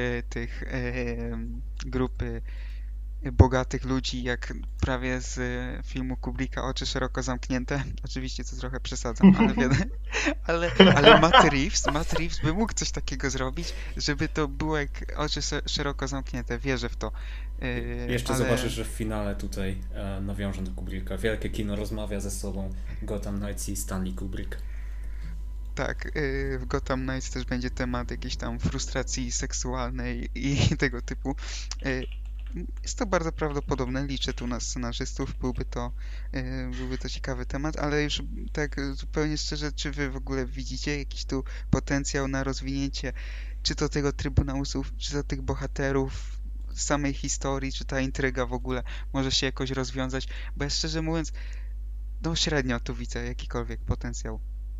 grupy bogatych ludzi, jak prawie z filmu Kubricka Oczy szeroko zamknięte. Oczywiście to trochę przesadzam, ale Matt Reeves by mógł coś takiego zrobić, żeby to było jak Oczy szeroko zamknięte. Wierzę w to. Jeszcze zobaczysz, że w finale tutaj nawiążą do Kubricka. Wielkie kino rozmawia ze sobą, Gotham Knights i Stanley Kubrick. Tak, w Gotham Knights też będzie temat jakiejś tam frustracji seksualnej i tego typu. Jest to bardzo prawdopodobne, liczę tu na scenarzystów, byłby to ciekawy temat, ale już tak zupełnie szczerze, czy wy w ogóle widzicie jakiś tu potencjał na rozwinięcie, czy to tego Trybunału Słów, czy to tych bohaterów, samej historii, czy ta intryga w ogóle może się jakoś rozwiązać, bo ja szczerze mówiąc, no średnio tu widzę jakikolwiek potencjał.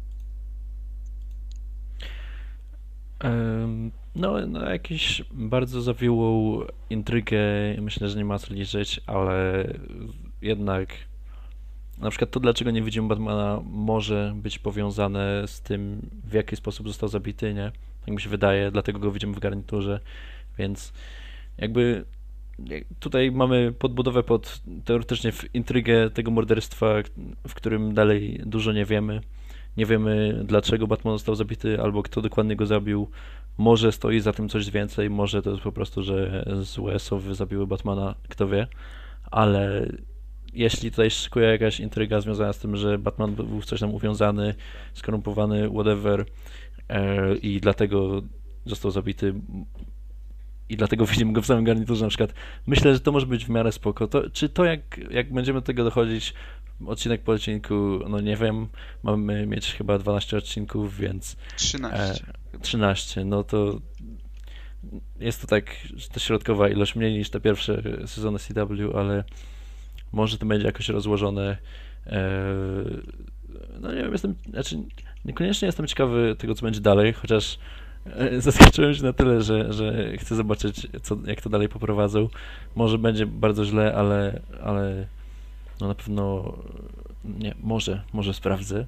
No, jakąś bardzo zawiłą intrygę myślę, że nie ma co liczyć, ale jednak na przykład to, dlaczego nie widzimy Batmana, może być powiązane z tym, w jaki sposób został zabity, nie? Tak mi się wydaje, dlatego go widzimy w garniturze, więc jakby tutaj mamy podbudowę pod teoretycznie intrygę tego morderstwa, w którym dalej dużo nie wiemy. Nie wiemy, dlaczego Batman został zabity, albo kto dokładnie go zabił. Może stoi za tym coś więcej, może to jest po prostu, że złe sowy zabiły Batmana, kto wie. Ale jeśli tutaj szykuje jakaś intryga związana z tym, że Batman był w coś tam uwiązany, skorumpowany, whatever, i dlatego został zabity i dlatego widzimy go w samym garniturze na przykład. Myślę, że to może być w miarę spoko. Czy to jak będziemy do tego dochodzić odcinek po odcinku, no nie wiem, mamy mieć chyba 12 odcinków, więc 13. 13, no to jest to tak, że to środkowa ilość, mniej niż te pierwsze sezony CW, ale może to będzie jakoś rozłożone. No nie wiem, niekoniecznie jestem ciekawy tego, co będzie dalej, chociaż zaskoczyłem się na tyle, że chcę zobaczyć, jak to dalej poprowadzą. Może będzie bardzo źle, ale no na pewno nie, może sprawdzę.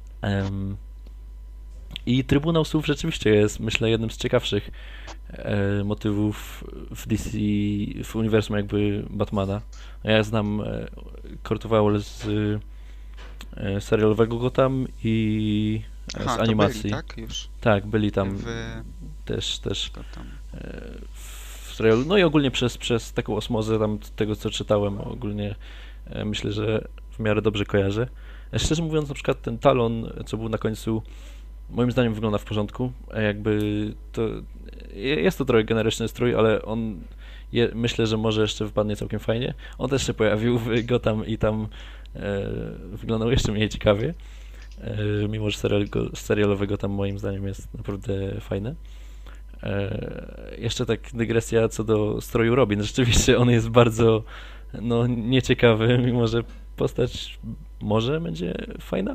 I Trybunał Słów rzeczywiście jest, myślę, jednym z ciekawszych motywów w DC, w uniwersum jakby Batmana. Ja znam Court of Owls z serialowego Gotham i z animacji. To byli, tak? Już tak, byli tam też Gotham. w serialu. No i ogólnie przez taką osmozę tam tego, co czytałem, ogólnie myślę, że w miarę dobrze kojarzę. Szczerze mówiąc, na przykład ten Talon, co był na końcu, moim zdaniem wygląda w porządku. Jakby to jest to trochę generyczny strój, ale on myślę, że może jeszcze wypadnie całkiem fajnie. On też się pojawił w Gotham i tam wyglądał jeszcze mniej ciekawie. Mimo że serialowy Gotham moim zdaniem jest naprawdę fajny. Jeszcze tak dygresja co do stroju Robin. Rzeczywiście on jest bardzo nieciekawy, mimo że postać może będzie fajna.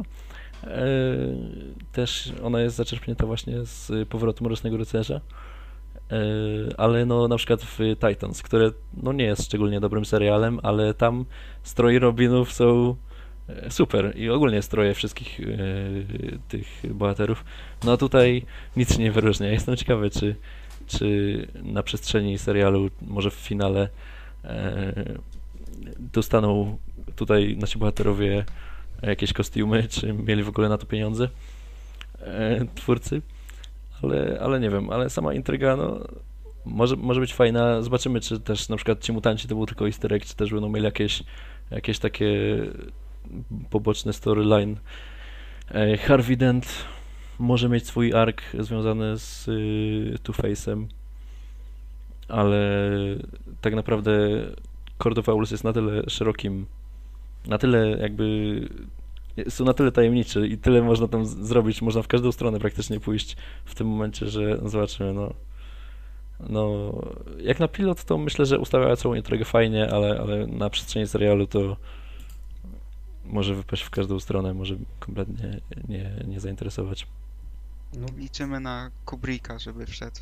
Też ona jest zaczerpnięta właśnie z Powrotu Mrocznego Rycerza, ale no na przykład w Titans, które no nie jest szczególnie dobrym serialem, ale tam stroje Robinów są super i ogólnie stroje wszystkich tych bohaterów. No a tutaj nic się nie wyróżnia. Jestem ciekawy, czy na przestrzeni serialu, może w finale dostaną tutaj nasi bohaterowie jakieś kostiumy, czy mieli w ogóle na to pieniądze twórcy, ale nie wiem, ale sama intryga może być fajna. Zobaczymy, czy też na przykład ci mutanci to był tylko easter egg, czy też będą mieli jakieś takie poboczne storyline. Harvey Dent może mieć swój ark związany z Two-Face'em, ale tak naprawdę Court of Owls jest na tyle szerokim, na tyle jakby są na tyle tajemniczy i tyle można tam zrobić, można w każdą stronę praktycznie pójść w tym momencie, że zobaczymy, no jak na pilot to myślę, że ustawia całą intrygę fajnie, ale na przestrzeni serialu to może wypaść w każdą stronę, może kompletnie nie zainteresować. No, liczymy na Kubricka, żeby wszedł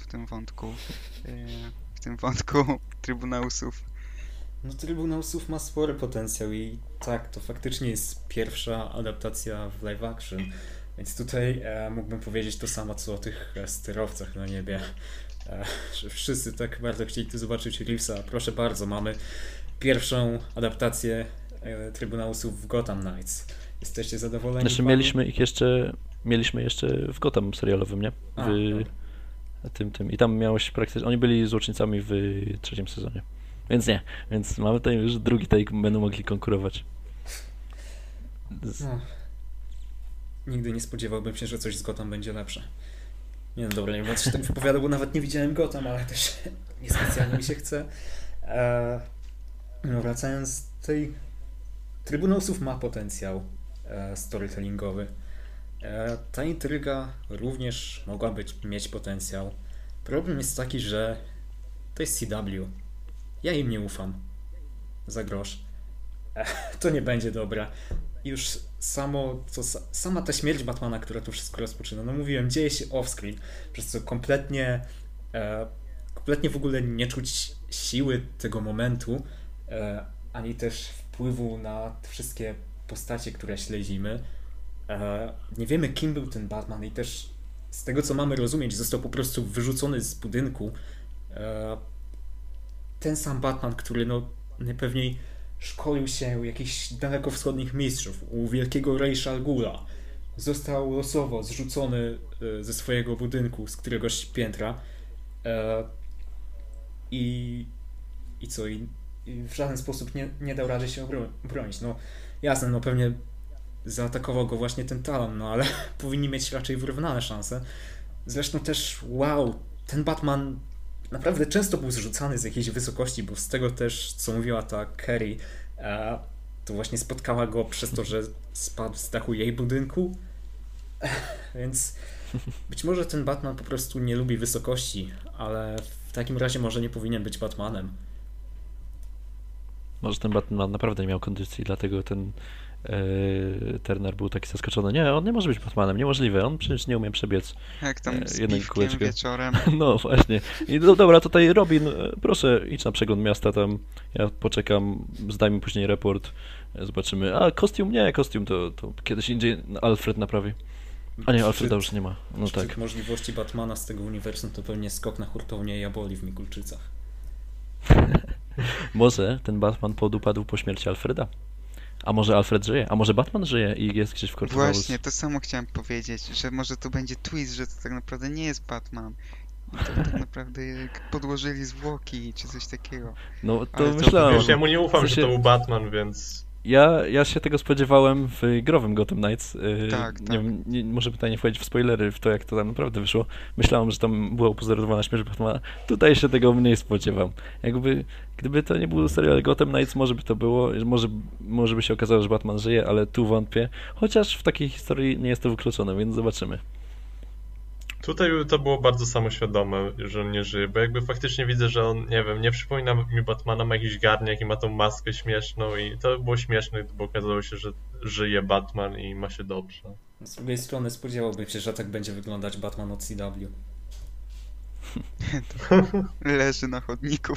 w tym wątku Trybunału Słów. No Trybunał Słów ma spory potencjał i tak, to faktycznie jest pierwsza adaptacja w live action, więc tutaj mógłbym powiedzieć to samo, co o tych sterowcach na niebie. Że wszyscy tak bardzo chcieli tu zobaczyć Reevesa. Proszę bardzo, mamy pierwszą adaptację Trybunału Słów w Gotham Knights. Jesteście zadowoleni? Znaczy mieliśmy jeszcze w Gotham serialowym, nie? Tym. I tam miałeś praktycznie, oni byli złoczyńcami w 3. sezonie. Więc mamy tutaj już drugi take, będą mogli konkurować. Nigdy nie spodziewałbym się, że coś z Gotham będzie lepsze. Nie no dobra, nie będę się tak wypowiadał, bo nawet nie widziałem Gotham, ale też niespecjalnie mi się chce. No wracając, tej Trybunał Słów ma potencjał storytellingowy. Ta intryga również mogła mieć potencjał. Problem jest taki, że to jest CW. Ja im nie ufam. Za grosz. To nie będzie dobre. Już sama ta śmierć Batmana, która to wszystko rozpoczyna, no mówiłem, dzieje się off-screen, przez co kompletnie w ogóle nie czuć siły tego momentu, ani też wpływu na te wszystkie postacie, które śledzimy. Nie wiemy, kim był ten Batman i też z tego, co mamy rozumieć, został po prostu wyrzucony z budynku. Ten sam Batman, który najpewniej szkolił się u jakichś dalekowschodnich mistrzów, u wielkiego Ra's al Ghula, został losowo zrzucony ze swojego budynku, z któregoś piętra i w żaden sposób nie dał rady się obronić. No jasne, pewnie zaatakował go właśnie ten Talon, ale powinni mieć raczej wyrównane szanse. Zresztą też, wow, ten Batman naprawdę często był zrzucany z jakiejś wysokości, bo z tego też, co mówiła ta Carrie, to właśnie spotkała go przez to, że spadł z dachu jej budynku. Więc być może ten Batman po prostu nie lubi wysokości, ale w takim razie może nie powinien być Batmanem. Może ten Batman naprawdę nie miał kondycji, dlatego ten Turner był taki zaskoczony. Nie, on nie może być Batmanem, niemożliwe, on przecież nie umie przebiec Jak tam z jednego piwkiem kółeczka. wieczorem. No właśnie. I dobra, tutaj Robin, proszę idź na przegląd miasta tam, ja poczekam, zdaj mi później raport, zobaczymy. A kostium? Nie, kostium to kiedyś indziej Alfred naprawi. A nie, Alfreda już nie ma. No Szczyt tak. możliwości Batmana z tego uniwersum to pewnie skok na hurtownię Jaboli w Mikulczycach. Może ten Batman podupadł po śmierci Alfreda. A może Alfred żyje? A może Batman żyje i jest gdzieś w Court of Owls? Właśnie, to samo chciałem powiedzieć, że może to będzie twist, że to tak naprawdę nie jest Batman. I to tak naprawdę podłożyli zwłoki czy coś takiego. No Ale to to myślałem. Wiesz, ja mu nie ufam, W sensie- że to był Batman, więc... Ja się tego spodziewałem w growym Gotham Knights. Tak, Nie tak. wiem, może tutaj nie wchodzić w spoilery, w to jak to tam naprawdę wyszło. Myślałem, że tam była upozorowana śmierć Batmana. Tutaj się tego mniej spodziewam. Gdyby to nie był serial Gotham Knights, może by to było, może by się okazało, że Batman żyje, ale tu wątpię. Chociaż w takiej historii nie jest to wykluczone, więc zobaczymy. Tutaj to było bardzo samoświadome, że on nie żyje, bo jakby faktycznie widzę, że on, nie wiem, nie przypomina mi Batmana, ma jakiś garniak i ma tą maskę śmieszną i to by było śmieszne, gdyby okazało się, że żyje Batman i ma się dobrze. Z drugiej strony spodziewałbym się, że tak będzie wyglądać Batman od CW. Leży na chodniku.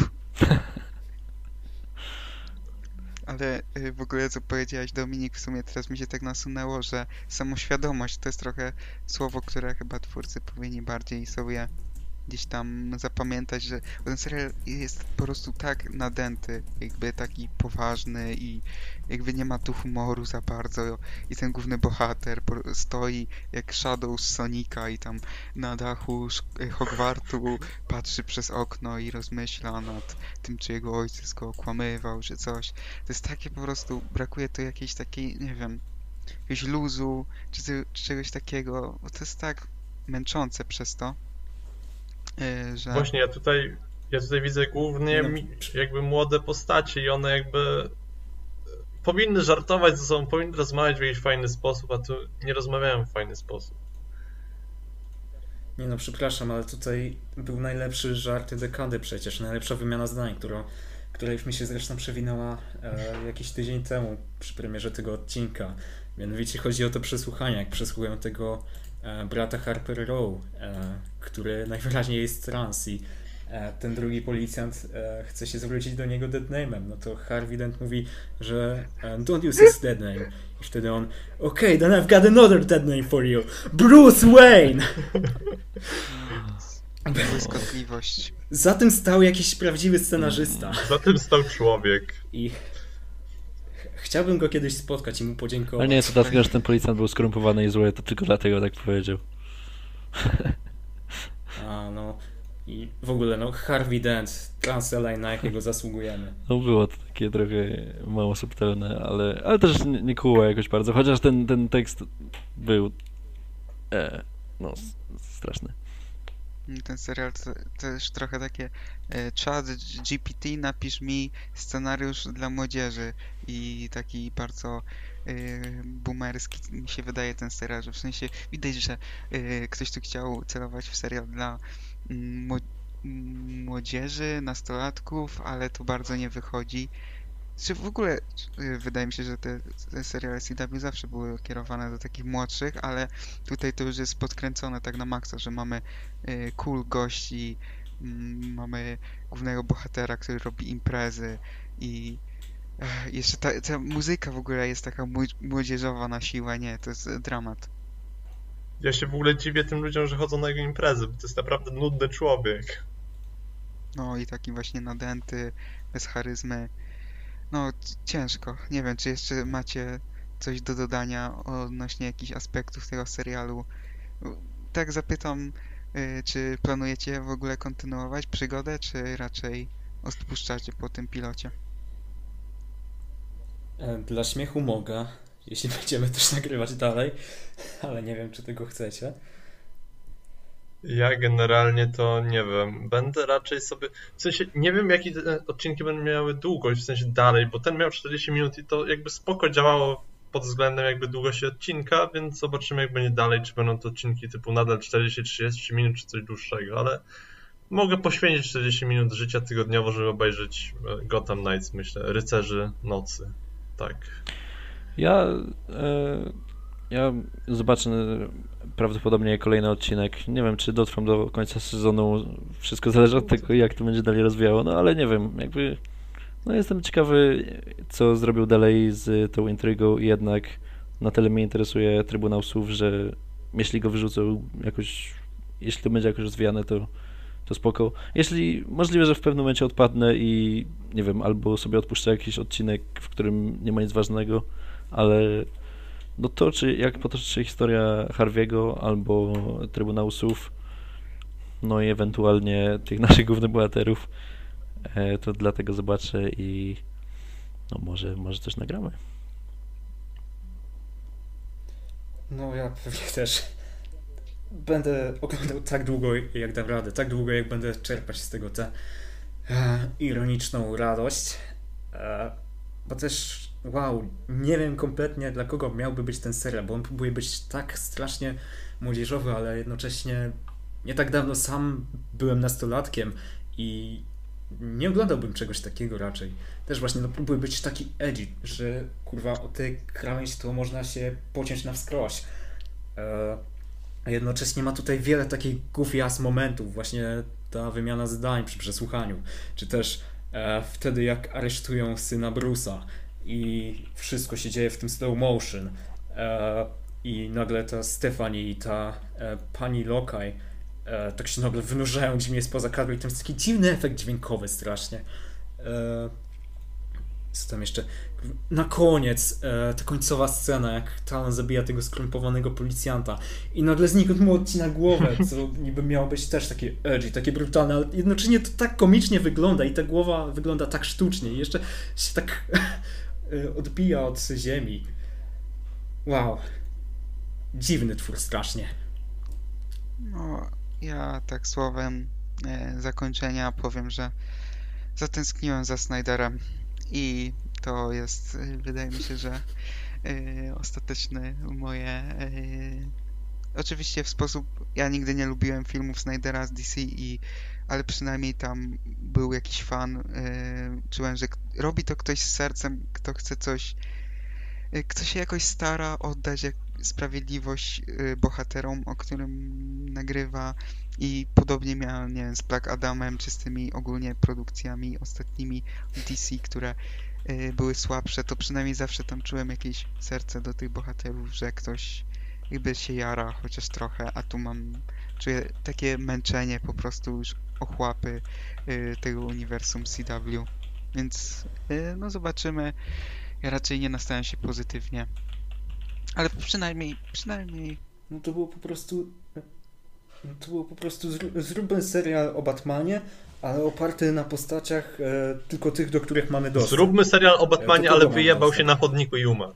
Ale w ogóle co powiedziałeś, Dominik, w sumie teraz mi się tak nasunęło, że samoświadomość to jest trochę słowo, które chyba twórcy powinni bardziej sobie gdzieś tam zapamiętać, że ten serial jest po prostu tak nadęty, jakby taki poważny i jakby nie ma tu humoru za bardzo i ten główny bohater stoi jak Shadow z Sonika i tam na dachu Hogwartu patrzy przez okno i rozmyśla nad tym, czy jego ojciec go okłamywał, czy coś. To jest takie po prostu, brakuje tu jakiejś takiej, nie wiem, jakiegoś luzu, czy czegoś takiego, bo to jest tak męczące przez to, że... Właśnie ja tutaj widzę głównie jakby młode postacie i one jakby powinny żartować ze sobą, powinny rozmawiać w jakiś fajny sposób, a tu nie rozmawiają w fajny sposób. Nie no, przepraszam, ale tutaj był najlepszy żart dekady przecież, najlepsza wymiana zdań, która już mi się zresztą przewinęła jakiś tydzień temu przy premierze tego odcinka. Mianowicie chodzi o to przesłuchanie, jak przesłuchują tego brata Harper Row, który najwyraźniej jest trans i ten drugi policjant chce się zwrócić do niego deadname'em. No to Harvey Dent mówi, że don't use his deadname. I wtedy on, okay, then I've got another deadname for you. Bruce Wayne! Błyskotliwość. Za tym stał jakiś prawdziwy scenarzysta. Za tym stał człowiek. I chciałbym go kiedyś spotkać i mu podziękować. Ale nie jest to dlatego, że ten policjant był skorumpowany i zły, to tylko dlatego tak powiedział. A no. I w ogóle, no, Harvey Dent, Trans LA, na jakiego zasługujemy. No było to takie trochę mało subtelne, ale też nie kuło jakoś bardzo, chociaż ten tekst był no straszny. Ten serial to też trochę takie Chat GPT, napisz mi scenariusz dla młodzieży i taki bardzo boomerski mi się wydaje ten serial, że w sensie widać, że ktoś tu chciał celować w serial dla młodzieży, nastolatków, ale to bardzo nie wychodzi. Czy w ogóle wydaje mi się, że te seriale CW zawsze były kierowane do takich młodszych, ale tutaj to już jest podkręcone tak na maksa, że mamy cool gości, mamy głównego bohatera, który robi imprezy i jeszcze ta muzyka w ogóle jest taka młodzieżowa na siłę, nie, to jest dramat. Ja się w ogóle dziwię tym ludziom, że chodzą na jego imprezy, bo to jest naprawdę nudny człowiek. No i taki właśnie nadęty, bez charyzmy. No, ciężko. Nie wiem, czy jeszcze macie coś do dodania odnośnie jakichś aspektów tego serialu. Tak zapytam, czy planujecie w ogóle kontynuować przygodę, czy raczej odpuszczacie po tym pilocie? Dla śmiechu mogę, jeśli będziemy też nagrywać dalej, ale nie wiem, czy tego chcecie. Ja generalnie to nie wiem. Będę raczej sobie. W sensie nie wiem, jakie te odcinki będą miały długość, w sensie dalej, bo ten miał 40 minut i to jakby spoko działało pod względem jakby długości odcinka, więc zobaczymy, jak będzie dalej, czy będą to odcinki typu nadal 40-30 minut, czy coś dłuższego, ale mogę poświęcić 40 minut życia tygodniowo, żeby obejrzeć Gotham Knights, myślę, Rycerzy Nocy. Tak. Ja zobaczę prawdopodobnie kolejny odcinek. Nie wiem, czy dotrwam do końca sezonu. Wszystko zależy od tego, jak to będzie dalej rozwijało. No ale nie wiem, jakby. No jestem ciekawy, co zrobił dalej z tą intrygą i jednak na tyle mnie interesuje Trybunał Słów, że jeśli go wyrzucą jakoś, jeśli to będzie jakoś rozwijane, to spoko. Jeśli możliwe, że w pewnym momencie odpadnę i nie wiem, albo sobie odpuszczę jakiś odcinek, w którym nie ma nic ważnego, ale no to, czy jak potoczy się historia Harvey'ego albo Trybunału Słów, no i ewentualnie tych naszych głównych bohaterów, to dlatego zobaczę i no może coś nagramy. No ja pewnie też będę oglądał tak długo, jak dam radę, tak długo, jak będę czerpać z tego tę ironiczną radość. Bo też, wow, nie wiem kompletnie, dla kogo miałby być ten serial, bo on próbuje być tak strasznie młodzieżowy, ale jednocześnie nie tak dawno sam byłem nastolatkiem i nie oglądałbym czegoś takiego raczej. Też właśnie próbuje być taki edgy, że kurwa o tę krawędź to można się pociąć na wskroś. A jednocześnie ma tutaj wiele takich goofy ass momentów, właśnie ta wymiana zdań przy przesłuchaniu, czy też wtedy jak aresztują syna Bruce'a i wszystko się dzieje w tym slow motion i nagle ta Stephanie i ta pani Lokaj tak się nagle wynurzają gdzieś mnie spoza kadru i tam jest taki dziwny efekt dźwiękowy strasznie. Co tam jeszcze? Na koniec ta końcowa scena, jak Talon zabija tego skrępowanego policjanta i nagle znikąd mu odcina głowę, co niby miało być też takie edgy, takie brutalne, ale jednocześnie to tak komicznie wygląda i ta głowa wygląda tak sztucznie i jeszcze się tak odbija od ziemi. Wow. Dziwny twór strasznie. No, ja tak słowem zakończenia powiem, że zatęskniłem za Snyderem i to jest, wydaje mi się, że ostateczny moje... Oczywiście w sposób... Ja nigdy nie lubiłem filmów Snydera z DC, ale przynajmniej tam był jakiś fan. Czułem, że robi to ktoś z sercem, kto chce coś... Kto się jakoś stara oddać sprawiedliwość bohaterom, o którym nagrywa i podobnie miałem, nie wiem, z Black Adamem, czy z tymi ogólnie produkcjami ostatnimi DC, które były słabsze, to przynajmniej zawsze tam czułem jakieś serce do tych bohaterów, że ktoś jakby się jara chociaż trochę, a tu czuję takie męczenie, po prostu już ochłapy tego uniwersum CW, więc no zobaczymy. Ja raczej nie nastawiam się pozytywnie. Ale przynajmniej... No to było po prostu zróbmy serial o Batmanie, ale oparty na postaciach tylko tych, do których mamy dostęp. Zróbmy serial o Batmanie, To ale mam wyjebał dostęp. się na chodniku i umarł.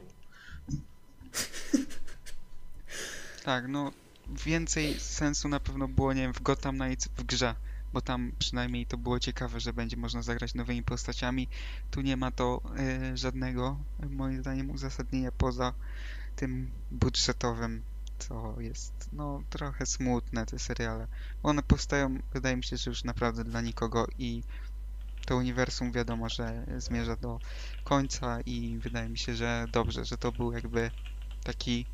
Tak, no więcej sensu na pewno było, nie wiem, w Gotham Knights w grze, bo tam przynajmniej to było ciekawe, że będzie można zagrać nowymi postaciami. Tu nie ma to żadnego, moim zdaniem, uzasadnienia poza tym budżetowym, co jest, no, trochę smutne te seriale. Bo one powstają, wydaje mi się, że już naprawdę dla nikogo i to uniwersum wiadomo, że zmierza do końca i wydaje mi się, że dobrze, że to był jakby taki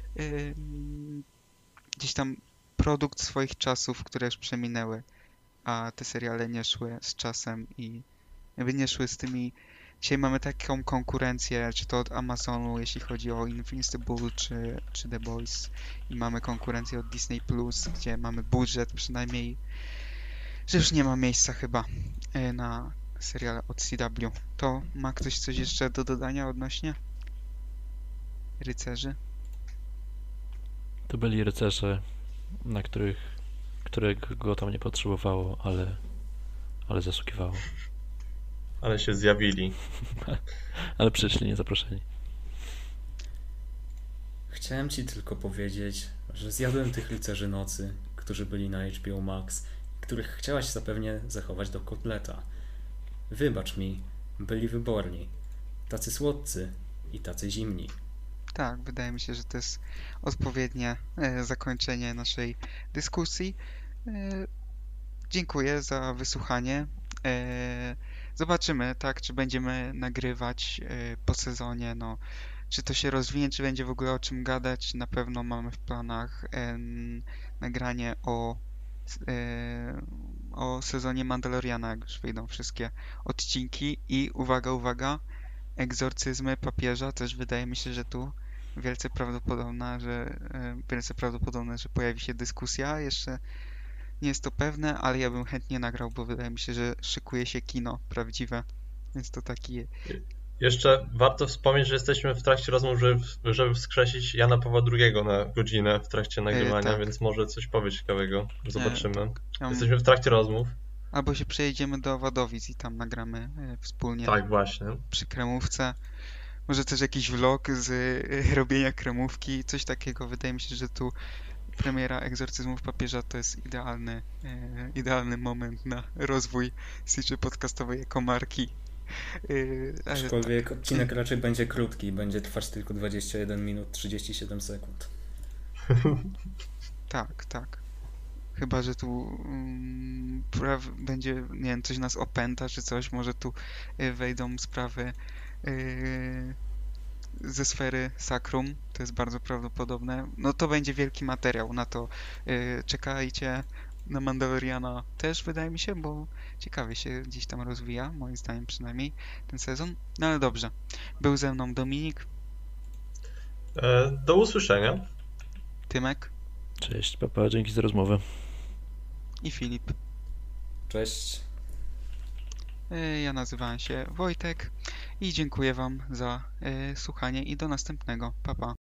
gdzieś tam produkt swoich czasów, które już przeminęły, a te seriale nie szły z czasem i jakby nie szły z tymi... Dzisiaj mamy taką konkurencję, czy to od Amazonu, jeśli chodzi o Invincible, czy The Boys, i mamy konkurencję od Disney+, gdzie mamy budżet przynajmniej, że już nie ma miejsca chyba na seriale od CW. To ma ktoś coś jeszcze do dodania odnośnie Rycerzy? To byli rycerze, na których go tam nie potrzebowało, ale zasługiwało. Ale się zjawili. Ale przyszli niezaproszeni. Chciałem ci tylko powiedzieć, że zjadłem tych rycerzy nocy, którzy byli na HBO Max, których chciałaś zapewne zachować do kotleta. Wybacz mi, byli wyborni. Tacy słodcy i tacy zimni. Tak, wydaje mi się, że to jest odpowiednie zakończenie naszej dyskusji. E, Dziękuję za wysłuchanie. Zobaczymy, tak, czy będziemy nagrywać po sezonie, no, czy to się rozwinie, czy będzie w ogóle o czym gadać. Na pewno mamy w planach nagranie o sezonie Mandaloriana, jak już wyjdą wszystkie odcinki. I uwaga, egzorcyzmy papieża, też wydaje mi się, że tu wielce prawdopodobne, że pojawi się dyskusja. Jeszcze nie jest to pewne, ale ja bym chętnie nagrał, bo wydaje mi się, że szykuje się kino prawdziwe. Więc to taki... Jeszcze warto wspomnieć, że jesteśmy w trakcie rozmów, żeby wskrzesić Jana Pawła II na godzinę w trakcie nagrywania, tak. więc może coś powie ciekawego. Zobaczymy. Tam, Jesteśmy w trakcie rozmów. albo się przejedziemy do Wadowic i tam nagramy wspólnie Tak, właśnie. przy kremówce. Może też jakiś vlog z robienia kremówki, coś takiego. Wydaje mi się, że tu premiera Egzorcyzmów Papieża to jest idealny moment na rozwój Siczy podcastowej jako marki. Ale Aczkolwiek odcinek raczej będzie krótki, będzie trwać tylko 21 minut 37 sekund. tak. Chyba, że tu będzie, nie wiem, coś nas opęta czy coś, może tu wejdą sprawy ze sfery sakrum, to jest bardzo prawdopodobne. No to będzie wielki materiał, na to czekajcie. Na Mandaloriana też wydaje mi się, bo ciekawie się gdzieś tam rozwija, moim zdaniem przynajmniej, ten sezon. No ale dobrze. Był ze mną Dominik, Do usłyszenia. Tymek Cześć, papa, dzięki za rozmowę. i Filip. Cześć. Ja nazywałem się Wojtek i dziękuję Wam za słuchanie i do następnego. Pa, pa.